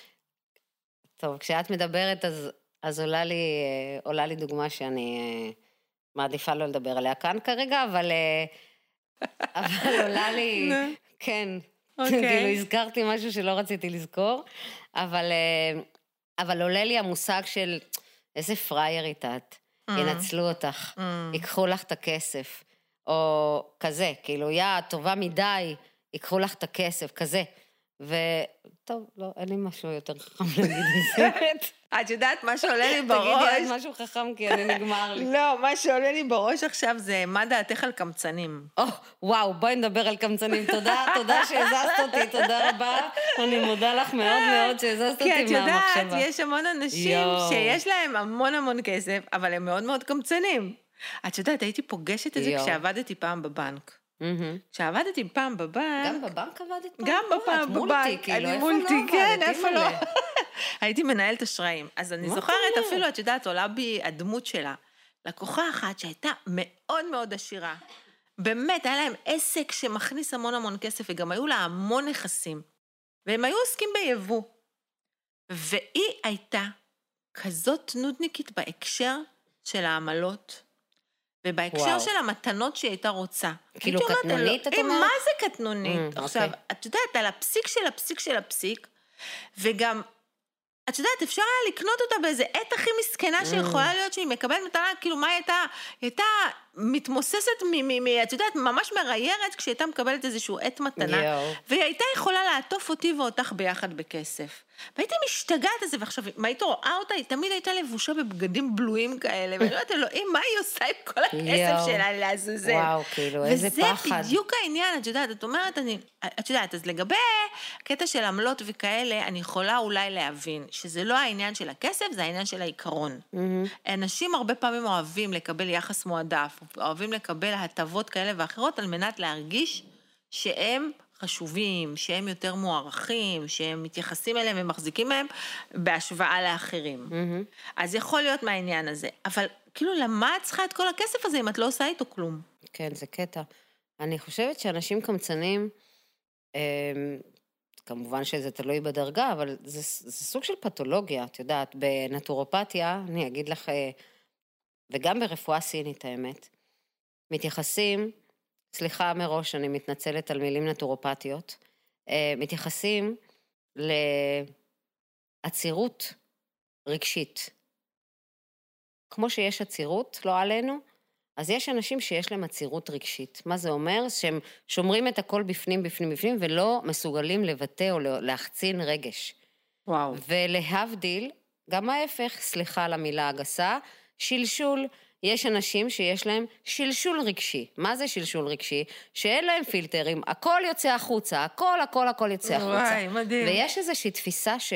טוב, כשאת מדברת, אז, אז עולה לי, אה, עולה לי דוגמה שאני אה, מעדיפה לא לדבר עליה כאן כרגע, אבל, אה, אבל עולה לי, כן, אוקיי. כאילו הזכרתי משהו שלא רציתי לזכור, אבל, אה, אבל עולה לי המושג של איזה פריירית את, ינצלו אותך, ייקחו לך את הכסף, או כזה, כאילו, יא, טובה מדי, ייקחו לך את הכסף, כזה. וטוב, לא, אין לי משהו יותר חכם להגיד את זה. את יודעת, מה שעולה לי בראש... תגידי עוד משהו חכם, כי אני נגמר לי. לא, מה שעולה לי בראש עכשיו זה מה דעתך על קמצנים. או, וואו, בואי נדבר על קמצנים. תודה, תודה שהזזת אותי, תודה רבה. אני מודה לך מאוד מאוד שהזזת אותי כי את מהמחשבה. יודעת, יש המון אנשים יואו. שיש להם המון המון כסף, אבל הם מאוד מאוד קמצנים. את יודעת, הייתי פוגשת את זה יואו. כשעבדתי פעם בבנק. מהמם. כשעבדתי פעם בבנק... גם בבנק עבדת פעם? גם וואי, בפעם את מולטי, בבנק, כאילו, אני איפה מולטי, לא כן, עבדת? איפה לא? אימא'לה. הייתי מנהלת אשראים, אז אני מה זוכרת אתה אומר? אפילו, את יודעת, עולה בי הדמות שלה, לקוחה אחת שהייתה מאוד מאוד עשירה, באמת, היה להם עסק שמכניס המון המון כסף, וגם היו לה המון נכסים, והם היו עוסקים ביבוא, והיא הייתה כזאת נודניקית בהקשר של העמלות, ובהקשר וואו. של המתנות שהיא הייתה רוצה. כאילו הייתי אומרת, קטנונית, את "אלוהים, אומרת?" מה זה קטנונית? Mm, עכשיו, אוקיי. את יודעת, על הפסיק של הפסיק של הפסיק, וגם, את יודעת, אפשר היה לקנות אותה באיזה עת הכי מסכנה שיכולה להיות שהיא מקבלת מתנה, כאילו מה היא הייתה, היא הייתה מתמוססת מ... מ, מ את יודעת, ממש מריירת כשהיא הייתה מקבלת איזשהו עת מתנה, יואו. והיא הייתה יכולה לעטוף אותי ואותך ביחד בכסף. והייתי משתגעת על זה, ועכשיו, מה היית רואה אותה? היא תמיד הייתה לבושה בבגדים בלויים כאלה, ואני אומרת, אלוהים, מה היא עושה עם כל הכסף יואו. שלה לעזאזל? וואו, כאילו, איזה פחד. וזה בדיוק העניין, את יודעת, את אומרת, אני, את יודעת, אז לגבי קטע של עמלות וכאלה, אני יכולה אולי להבין, שזה לא העניין של הכסף, זה העניין של העיקרון. אנשים הרבה פעמים אוהבים לקבל יחס מועדף, אוהבים לקבל הטבות כאלה ואחרות, על מנת להרגיש שהם חשובים, שהם יותר מוערכים, שהם מתייחסים אליהם ומחזיקים מהם בהשוואה לאחרים. אז יכול להיות מהעניין הזה, אבל כאילו למה את צריכה את כל הכסף הזה אם את לא עושה איתו כלום? כן, זה קטע. אני חושבת שאנשים קמצנים, אה, כמובן שזה תלוי בדרגה, אבל זה, זה סוג של פתולוגיה, את יודעת, בנטורופתיה, אני אגיד לך, אה, וגם ברפואה סינית האמת, מתייחסים, סליחה מראש, אני מתנצלת על מילים נטורופתיות, אה, מתייחסים לעצירות רגשית. כמו שיש עצירות, לא עלינו, אז יש אנשים שיש להם עצירות רגשית. מה זה אומר? שהם שומרים את הכל בפנים, בפנים, בפנים, ולא מסוגלים לבטא או להחצין רגש. וואו. ולהבדיל, גם ההפך, סליחה על המילה הגסה, שלשול. יש אנשים שיש להם שלשול רגשי. מה זה שלשול רגשי? שאין להם פילטרים, הכל יוצא החוצה, הכל, הכל, הכל יוצא החוצה. וואי, מדהים. ויש איזושהי תפיסה ש...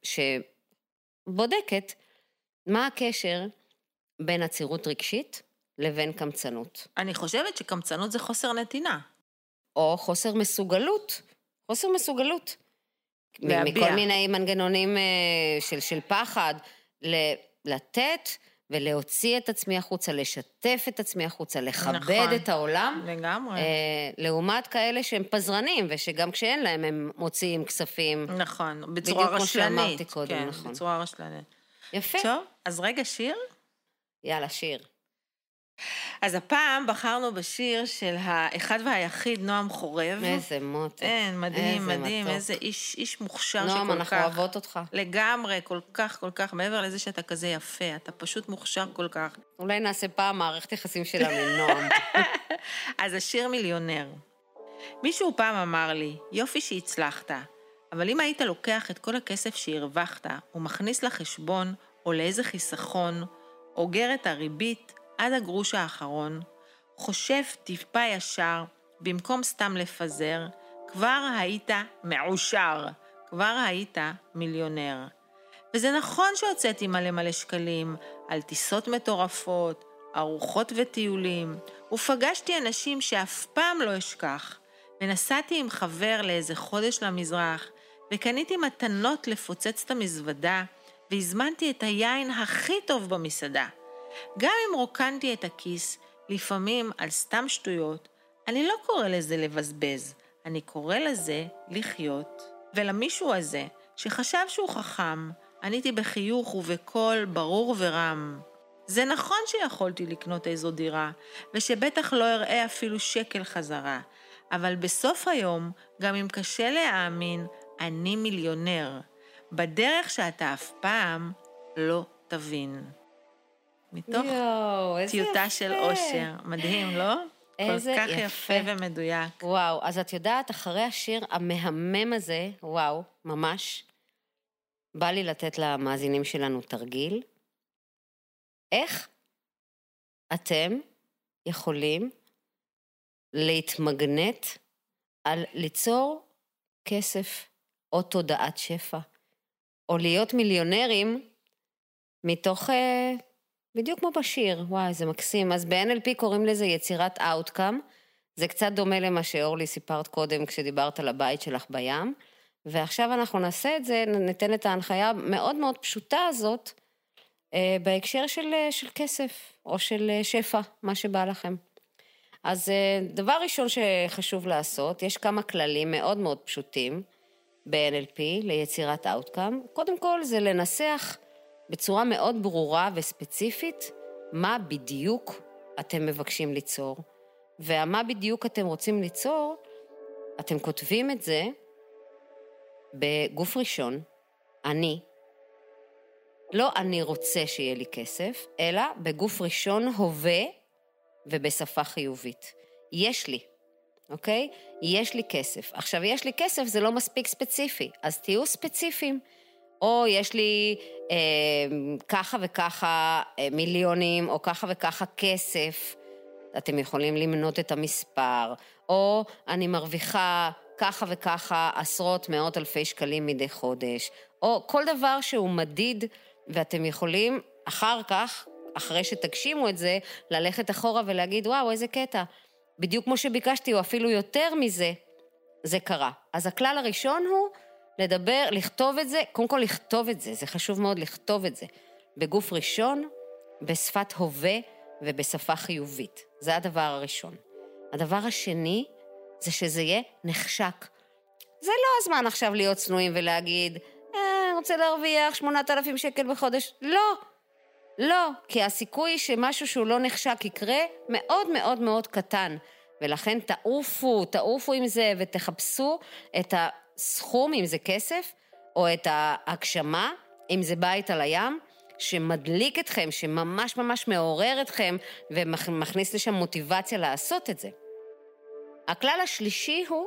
שבודקת מה הקשר בין עצירות רגשית לבין קמצנות. אני חושבת שקמצנות זה חוסר נתינה. או חוסר מסוגלות. חוסר מסוגלות. להביע. מכל מיני מנגנונים של, של פחד, לתת ולהוציא את עצמי החוצה, לשתף את עצמי החוצה, לכבד נכון. את העולם. לגמרי. אה, לעומת כאלה שהם פזרנים, ושגם כשאין להם הם מוציאים כספים. נכון, בצורה בדיוק כמו רשלנית. שאמרתי קודם, כן, נכון. בצורה רשלנית. יפה. טוב, אז רגע שיר. יאללה, שיר. אז הפעם בחרנו בשיר של האחד והיחיד נועם חורב. איזה מותק. אין, מדהים, איזה מדהים, מתוק. איזה איש, איש מוכשר נועם, שכל אנחנו כך. אוהבות אותך. לגמרי, כל כך, כל כך, מעבר לזה שאתה כזה יפה, אתה פשוט מוכשר כל כך. אולי נעשה פעם מערכת יחסים שלנו עם נועם. אז השיר מיליונר. מישהו פעם אמר לי, יופי שהצלחת, אבל אם היית לוקח את כל הכסף שהרווחת, ומכניס לחשבון, או לאיזה חיסכון, אוגר את הריבית עד הגרוש האחרון, חושב טיפה ישר, במקום סתם לפזר, כבר היית מעושר, כבר היית מיליונר. וזה נכון שהוצאתי מלא מלא שקלים על טיסות מטורפות, ארוחות וטיולים, ופגשתי אנשים שאף פעם לא אשכח, ונסעתי עם חבר לאיזה חודש למזרח, וקניתי מתנות לפוצץ את המזוודה, והזמנתי את היין הכי טוב במסעדה. גם אם רוקנתי את הכיס, לפעמים על סתם שטויות, אני לא קורא לזה לבזבז, אני קורא לזה לחיות. ולמישהו הזה, שחשב שהוא חכם, עניתי בחיוך ובקול ברור ורם. זה נכון שיכולתי לקנות איזו דירה, ושבטח לא אראה אפילו שקל חזרה, אבל בסוף היום, גם אם קשה להאמין, אני מיליונר, בדרך שאתה אף פעם לא תבין. מתוך יו, איזה טיוטה יפה. של אושר. מדהים, לא? איזה כל כך יפה. יפה ומדויק. וואו, אז את יודעת, אחרי השיר המהמם הזה, וואו, ממש, בא לי לתת למאזינים שלנו תרגיל. איך אתם יכולים להתמגנט על ליצור כסף או תודעת שפע, או להיות מיליונרים מתוך, אה, בדיוק כמו בשיר, וואי, זה מקסים. אז ב-אן אל פי קוראים לזה יצירת outcome, זה קצת דומה למה שאורלי סיפרת קודם כשדיברת על הבית שלך בים, ועכשיו אנחנו נעשה את זה, ניתן את ההנחיה מאוד מאוד פשוטה הזאת, אה, בהקשר של, של כסף, או של שפע, מה שבא לכם. אז אה, דבר ראשון שחשוב לעשות, יש כמה כללים מאוד מאוד פשוטים, ב-אן אל פי ליצירת outcome. קודם כל זה לנסח בצורה מאוד ברורה וספציפית מה בדיוק אתם מבקשים ליצור. ומה בדיוק אתם רוצים ליצור, אתם כותבים את זה בגוף ראשון, אני. לא אני רוצה שיהיה לי כסף, אלא בגוף ראשון הווה ובשפה חיובית. יש לי. אוקיי? יש לי כסף. עכשיו, יש לי כסף, זה לא מספיק ספציפי, אז תהיו ספציפיים. או יש לי אה, ככה וככה אה, מיליונים, או ככה וככה כסף, אתם יכולים למנות את המספר, או אני מרוויחה ככה וככה עשרות מאות אלפי שקלים מדי חודש, או כל דבר שהוא מדיד, ואתם יכולים אחר כך, אחרי שתגשימו את זה, ללכת אחורה ולהגיד, וואו, איזה קטע. בדיוק כמו שביקשתי, או אפילו יותר מזה, זה קרה. אז הכלל הראשון הוא לדבר, לכתוב את זה, קודם כל לכתוב את זה, זה חשוב מאוד לכתוב את זה, בגוף ראשון, בשפת הווה ובשפה חיובית. זה הדבר הראשון. הדבר השני, זה שזה יהיה נחשק. זה לא הזמן עכשיו להיות צנועים ולהגיד, אה, רוצה להרוויח שמונת אלפים שקל בחודש. לא, לא, כי הסיכוי שמשהו שהוא לא נחשק יקרה מאוד מאוד מאוד קטן, ולכן תעופו, תעופו עם זה ותחפשו את הסכום, אם זה כסף, או את ההגשמה, אם זה בית על הים, שמדליק אתכם, שממש ממש מעורר אתכם, ומכניס לשם מוטיבציה לעשות את זה. הכלל השלישי הוא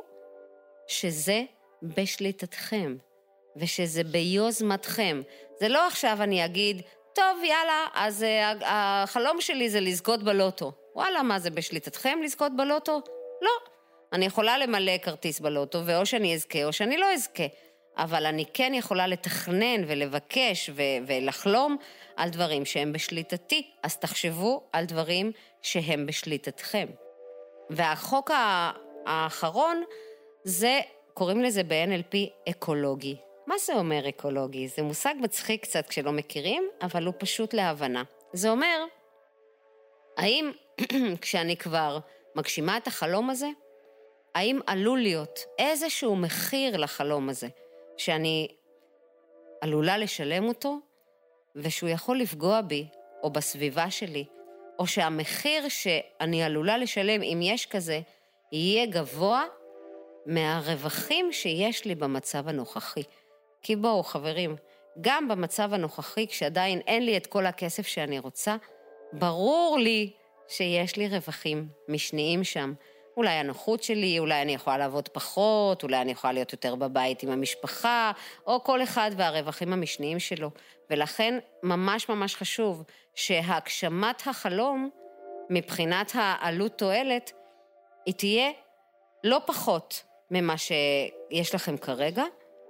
שזה בשליטתכם, ושזה ביוזמתכם. זה לא עכשיו אני אגיד, טוב, יאללה, אז uh, החלום שלי זה לזכות בלוטו. וואלה, מה זה בשליטתכם לזכות בלוטו? לא. אני יכולה למלא כרטיס בלוטו, ואו שאני אזכה או שאני לא אזכה. אבל אני כן יכולה לתכנן ולבקש ו- ולחלום על דברים שהם בשליטתי. אז תחשבו על דברים שהם בשליטתכם. והחוק האחרון, זה, קוראים לזה ב-אן אל פי אקולוגי. מה זה אומר אקולוגי? זה מושג מצחיק קצת כשלא מכירים, אבל הוא פשוט להבנה. זה אומר, האם כשאני כבר מגשימה את החלום הזה, האם עלול להיות איזשהו מחיר לחלום הזה, שאני עלולה לשלם אותו, ושהוא יכול לפגוע בי, או בסביבה שלי, או שהמחיר שאני עלולה לשלם, אם יש כזה, יהיה גבוה מהרווחים שיש לי במצב הנוכחי. כי בואו, חברים, גם במצב הנוכחי, כשעדיין אין לי את כל הכסף שאני רוצה, ברור לי שיש לי רווחים משניים שם. אולי הנוחות שלי, אולי אני יכולה לעבוד פחות, אולי אני יכולה להיות יותר בבית עם המשפחה, או כל אחד והרווחים המשניים שלו. ולכן ממש ממש חשוב שהגשמת החלום, מבחינת העלות תועלת, היא תהיה לא פחות ממה שיש לכם כרגע,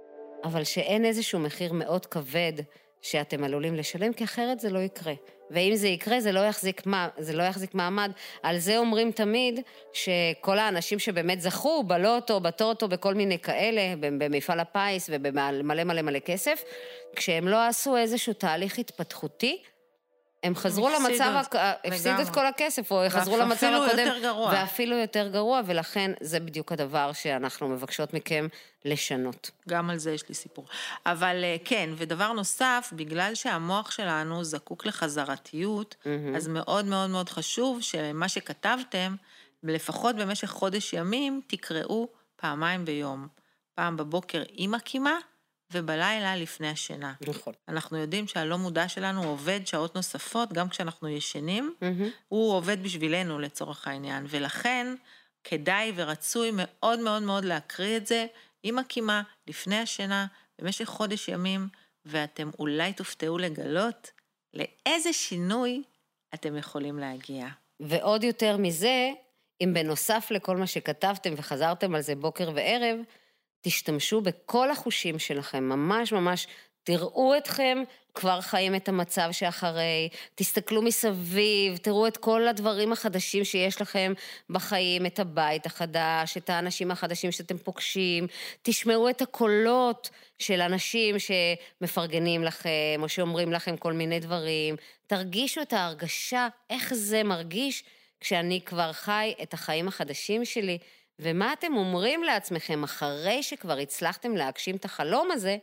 אבל שאין איזשהו מחיר מאוד כבד שאתם עלולים לשלם, כי אחרת זה לא יקרה. ואם זה יקרה, זה לא יחזיק, זה לא יחזיק מעמד. על זה אומרים תמיד שכל האנשים שבאמת זכו בלוטו, בטוטו, בכל מיני כאלה, במפעל הפיס ובמלא מלא מלא כסף, כשהם לא עשו איזשהו תהליך התפתחותי, הם חזרו למצב, הפסידו את כל הכסף, או חזרו למצב הקודם, ואפילו יותר גרוע, ולכן זה בדיוק הדבר שאנחנו מבקשות מכם לשנות. גם על זה יש לי סיפור. אבל כן, ודבר נוסף, בגלל שהמוח שלנו זקוק לחזרתיות, אז מאוד מאוד מאוד חשוב שמה שכתבתם, לפחות במשך חודש ימים, תקראו פעמיים ביום. פעם בבוקר עם הקימה, ובלילה לפני השינה. נכון. אנחנו יודעים שהלא מודע שלנו עובד שעות נוספות, גם כשאנחנו ישנים, mm-hmm. הוא עובד בשבילנו לצורך העניין, ולכן כדאי ורצוי מאוד מאוד מאוד להקריא את זה, עם הקימה, לפני השינה, במשך חודש ימים, ואתם אולי תופתעו לגלות לאיזה שינוי אתם יכולים להגיע. ועוד יותר מזה, אם בנוסף לכל מה שכתבתם וחזרתם על זה בוקר וערב, תשתמשו בכל החושים שלכם, ממש ממש תראו אתכם, כבר חיים את המצב שאחרי, תסתכלו מסביב, תראו את כל הדברים החדשים שיש לכם בחיים, את הבית החדש, את האנשים החדשים שאתם פוגשים, תשמעו את הקולות של אנשים שמפרגנים לכם, או שאומרים לכם כל מיני דברים, תרגישו את ההרגשה, איך זה מרגיש כשאני כבר חי את החיים החדשים שלי, ומה אתם אומרים לעצמכם אחרי שכבר הצלחתם להגשים את החלום הזה,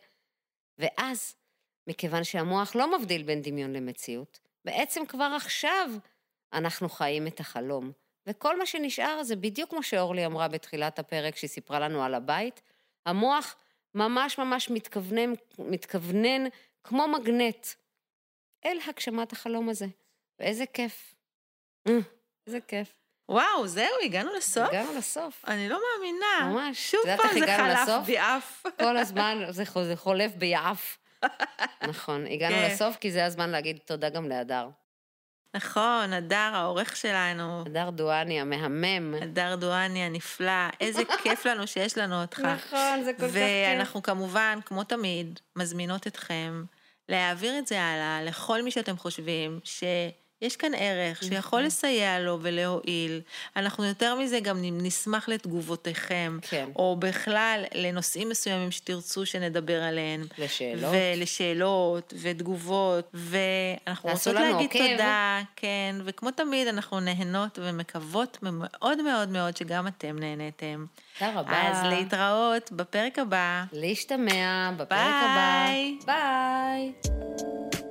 ואז, מכיוון שהמוח לא מבדיל בין דמיון למציאות, בעצם כבר עכשיו אנחנו חיים את החלום. וכל מה שנשאר זה בדיוק כמו שאורלי אמרה בתחילת הפרק שהיא סיפרה לנו על הבית, המוח ממש ממש מתכוונן, מתכוונן כמו מגנט אל הגשמת החלום הזה. ואיזה כיף. איזה כיף. וואו, זהו, הגענו לסוף? הגענו לסוף. אני לא מאמינה. ממש. שוב פעם זה חלף ביעף. כל הזמן זה, זה חולף ביעף. נכון, הגענו כן. לסוף, כי זה הזמן להגיד תודה גם להדר. נכון, הדר, העורך שלנו. הדר דואני, המהמם. הדר דואני, הנפלא. איזה כיף לנו שיש לנו אותך. נכון, זה כל כך כיף. ואנחנו כמובן, כמו תמיד, מזמינות אתכם להעביר את זה הלאה לכל מי שאתם חושבים ש... יש כאן ערך שיכול לסייע לו ולהועיל. אנחנו יותר מזה גם נשמח לתגובותיכם, כן. או בכלל לנושאים מסוימים שתרצו שנדבר עליהן. לשאלות. ולשאלות ותגובות, ואנחנו רוצות להגיד עוקב. תודה, כן, וכמו תמיד אנחנו נהנות ומקוות מאוד מאוד מאוד שגם אתם נהניתם. תודה רבה. אז להתראות בפרק הבא. להשתמע בפרק ביי. הבא. ביי.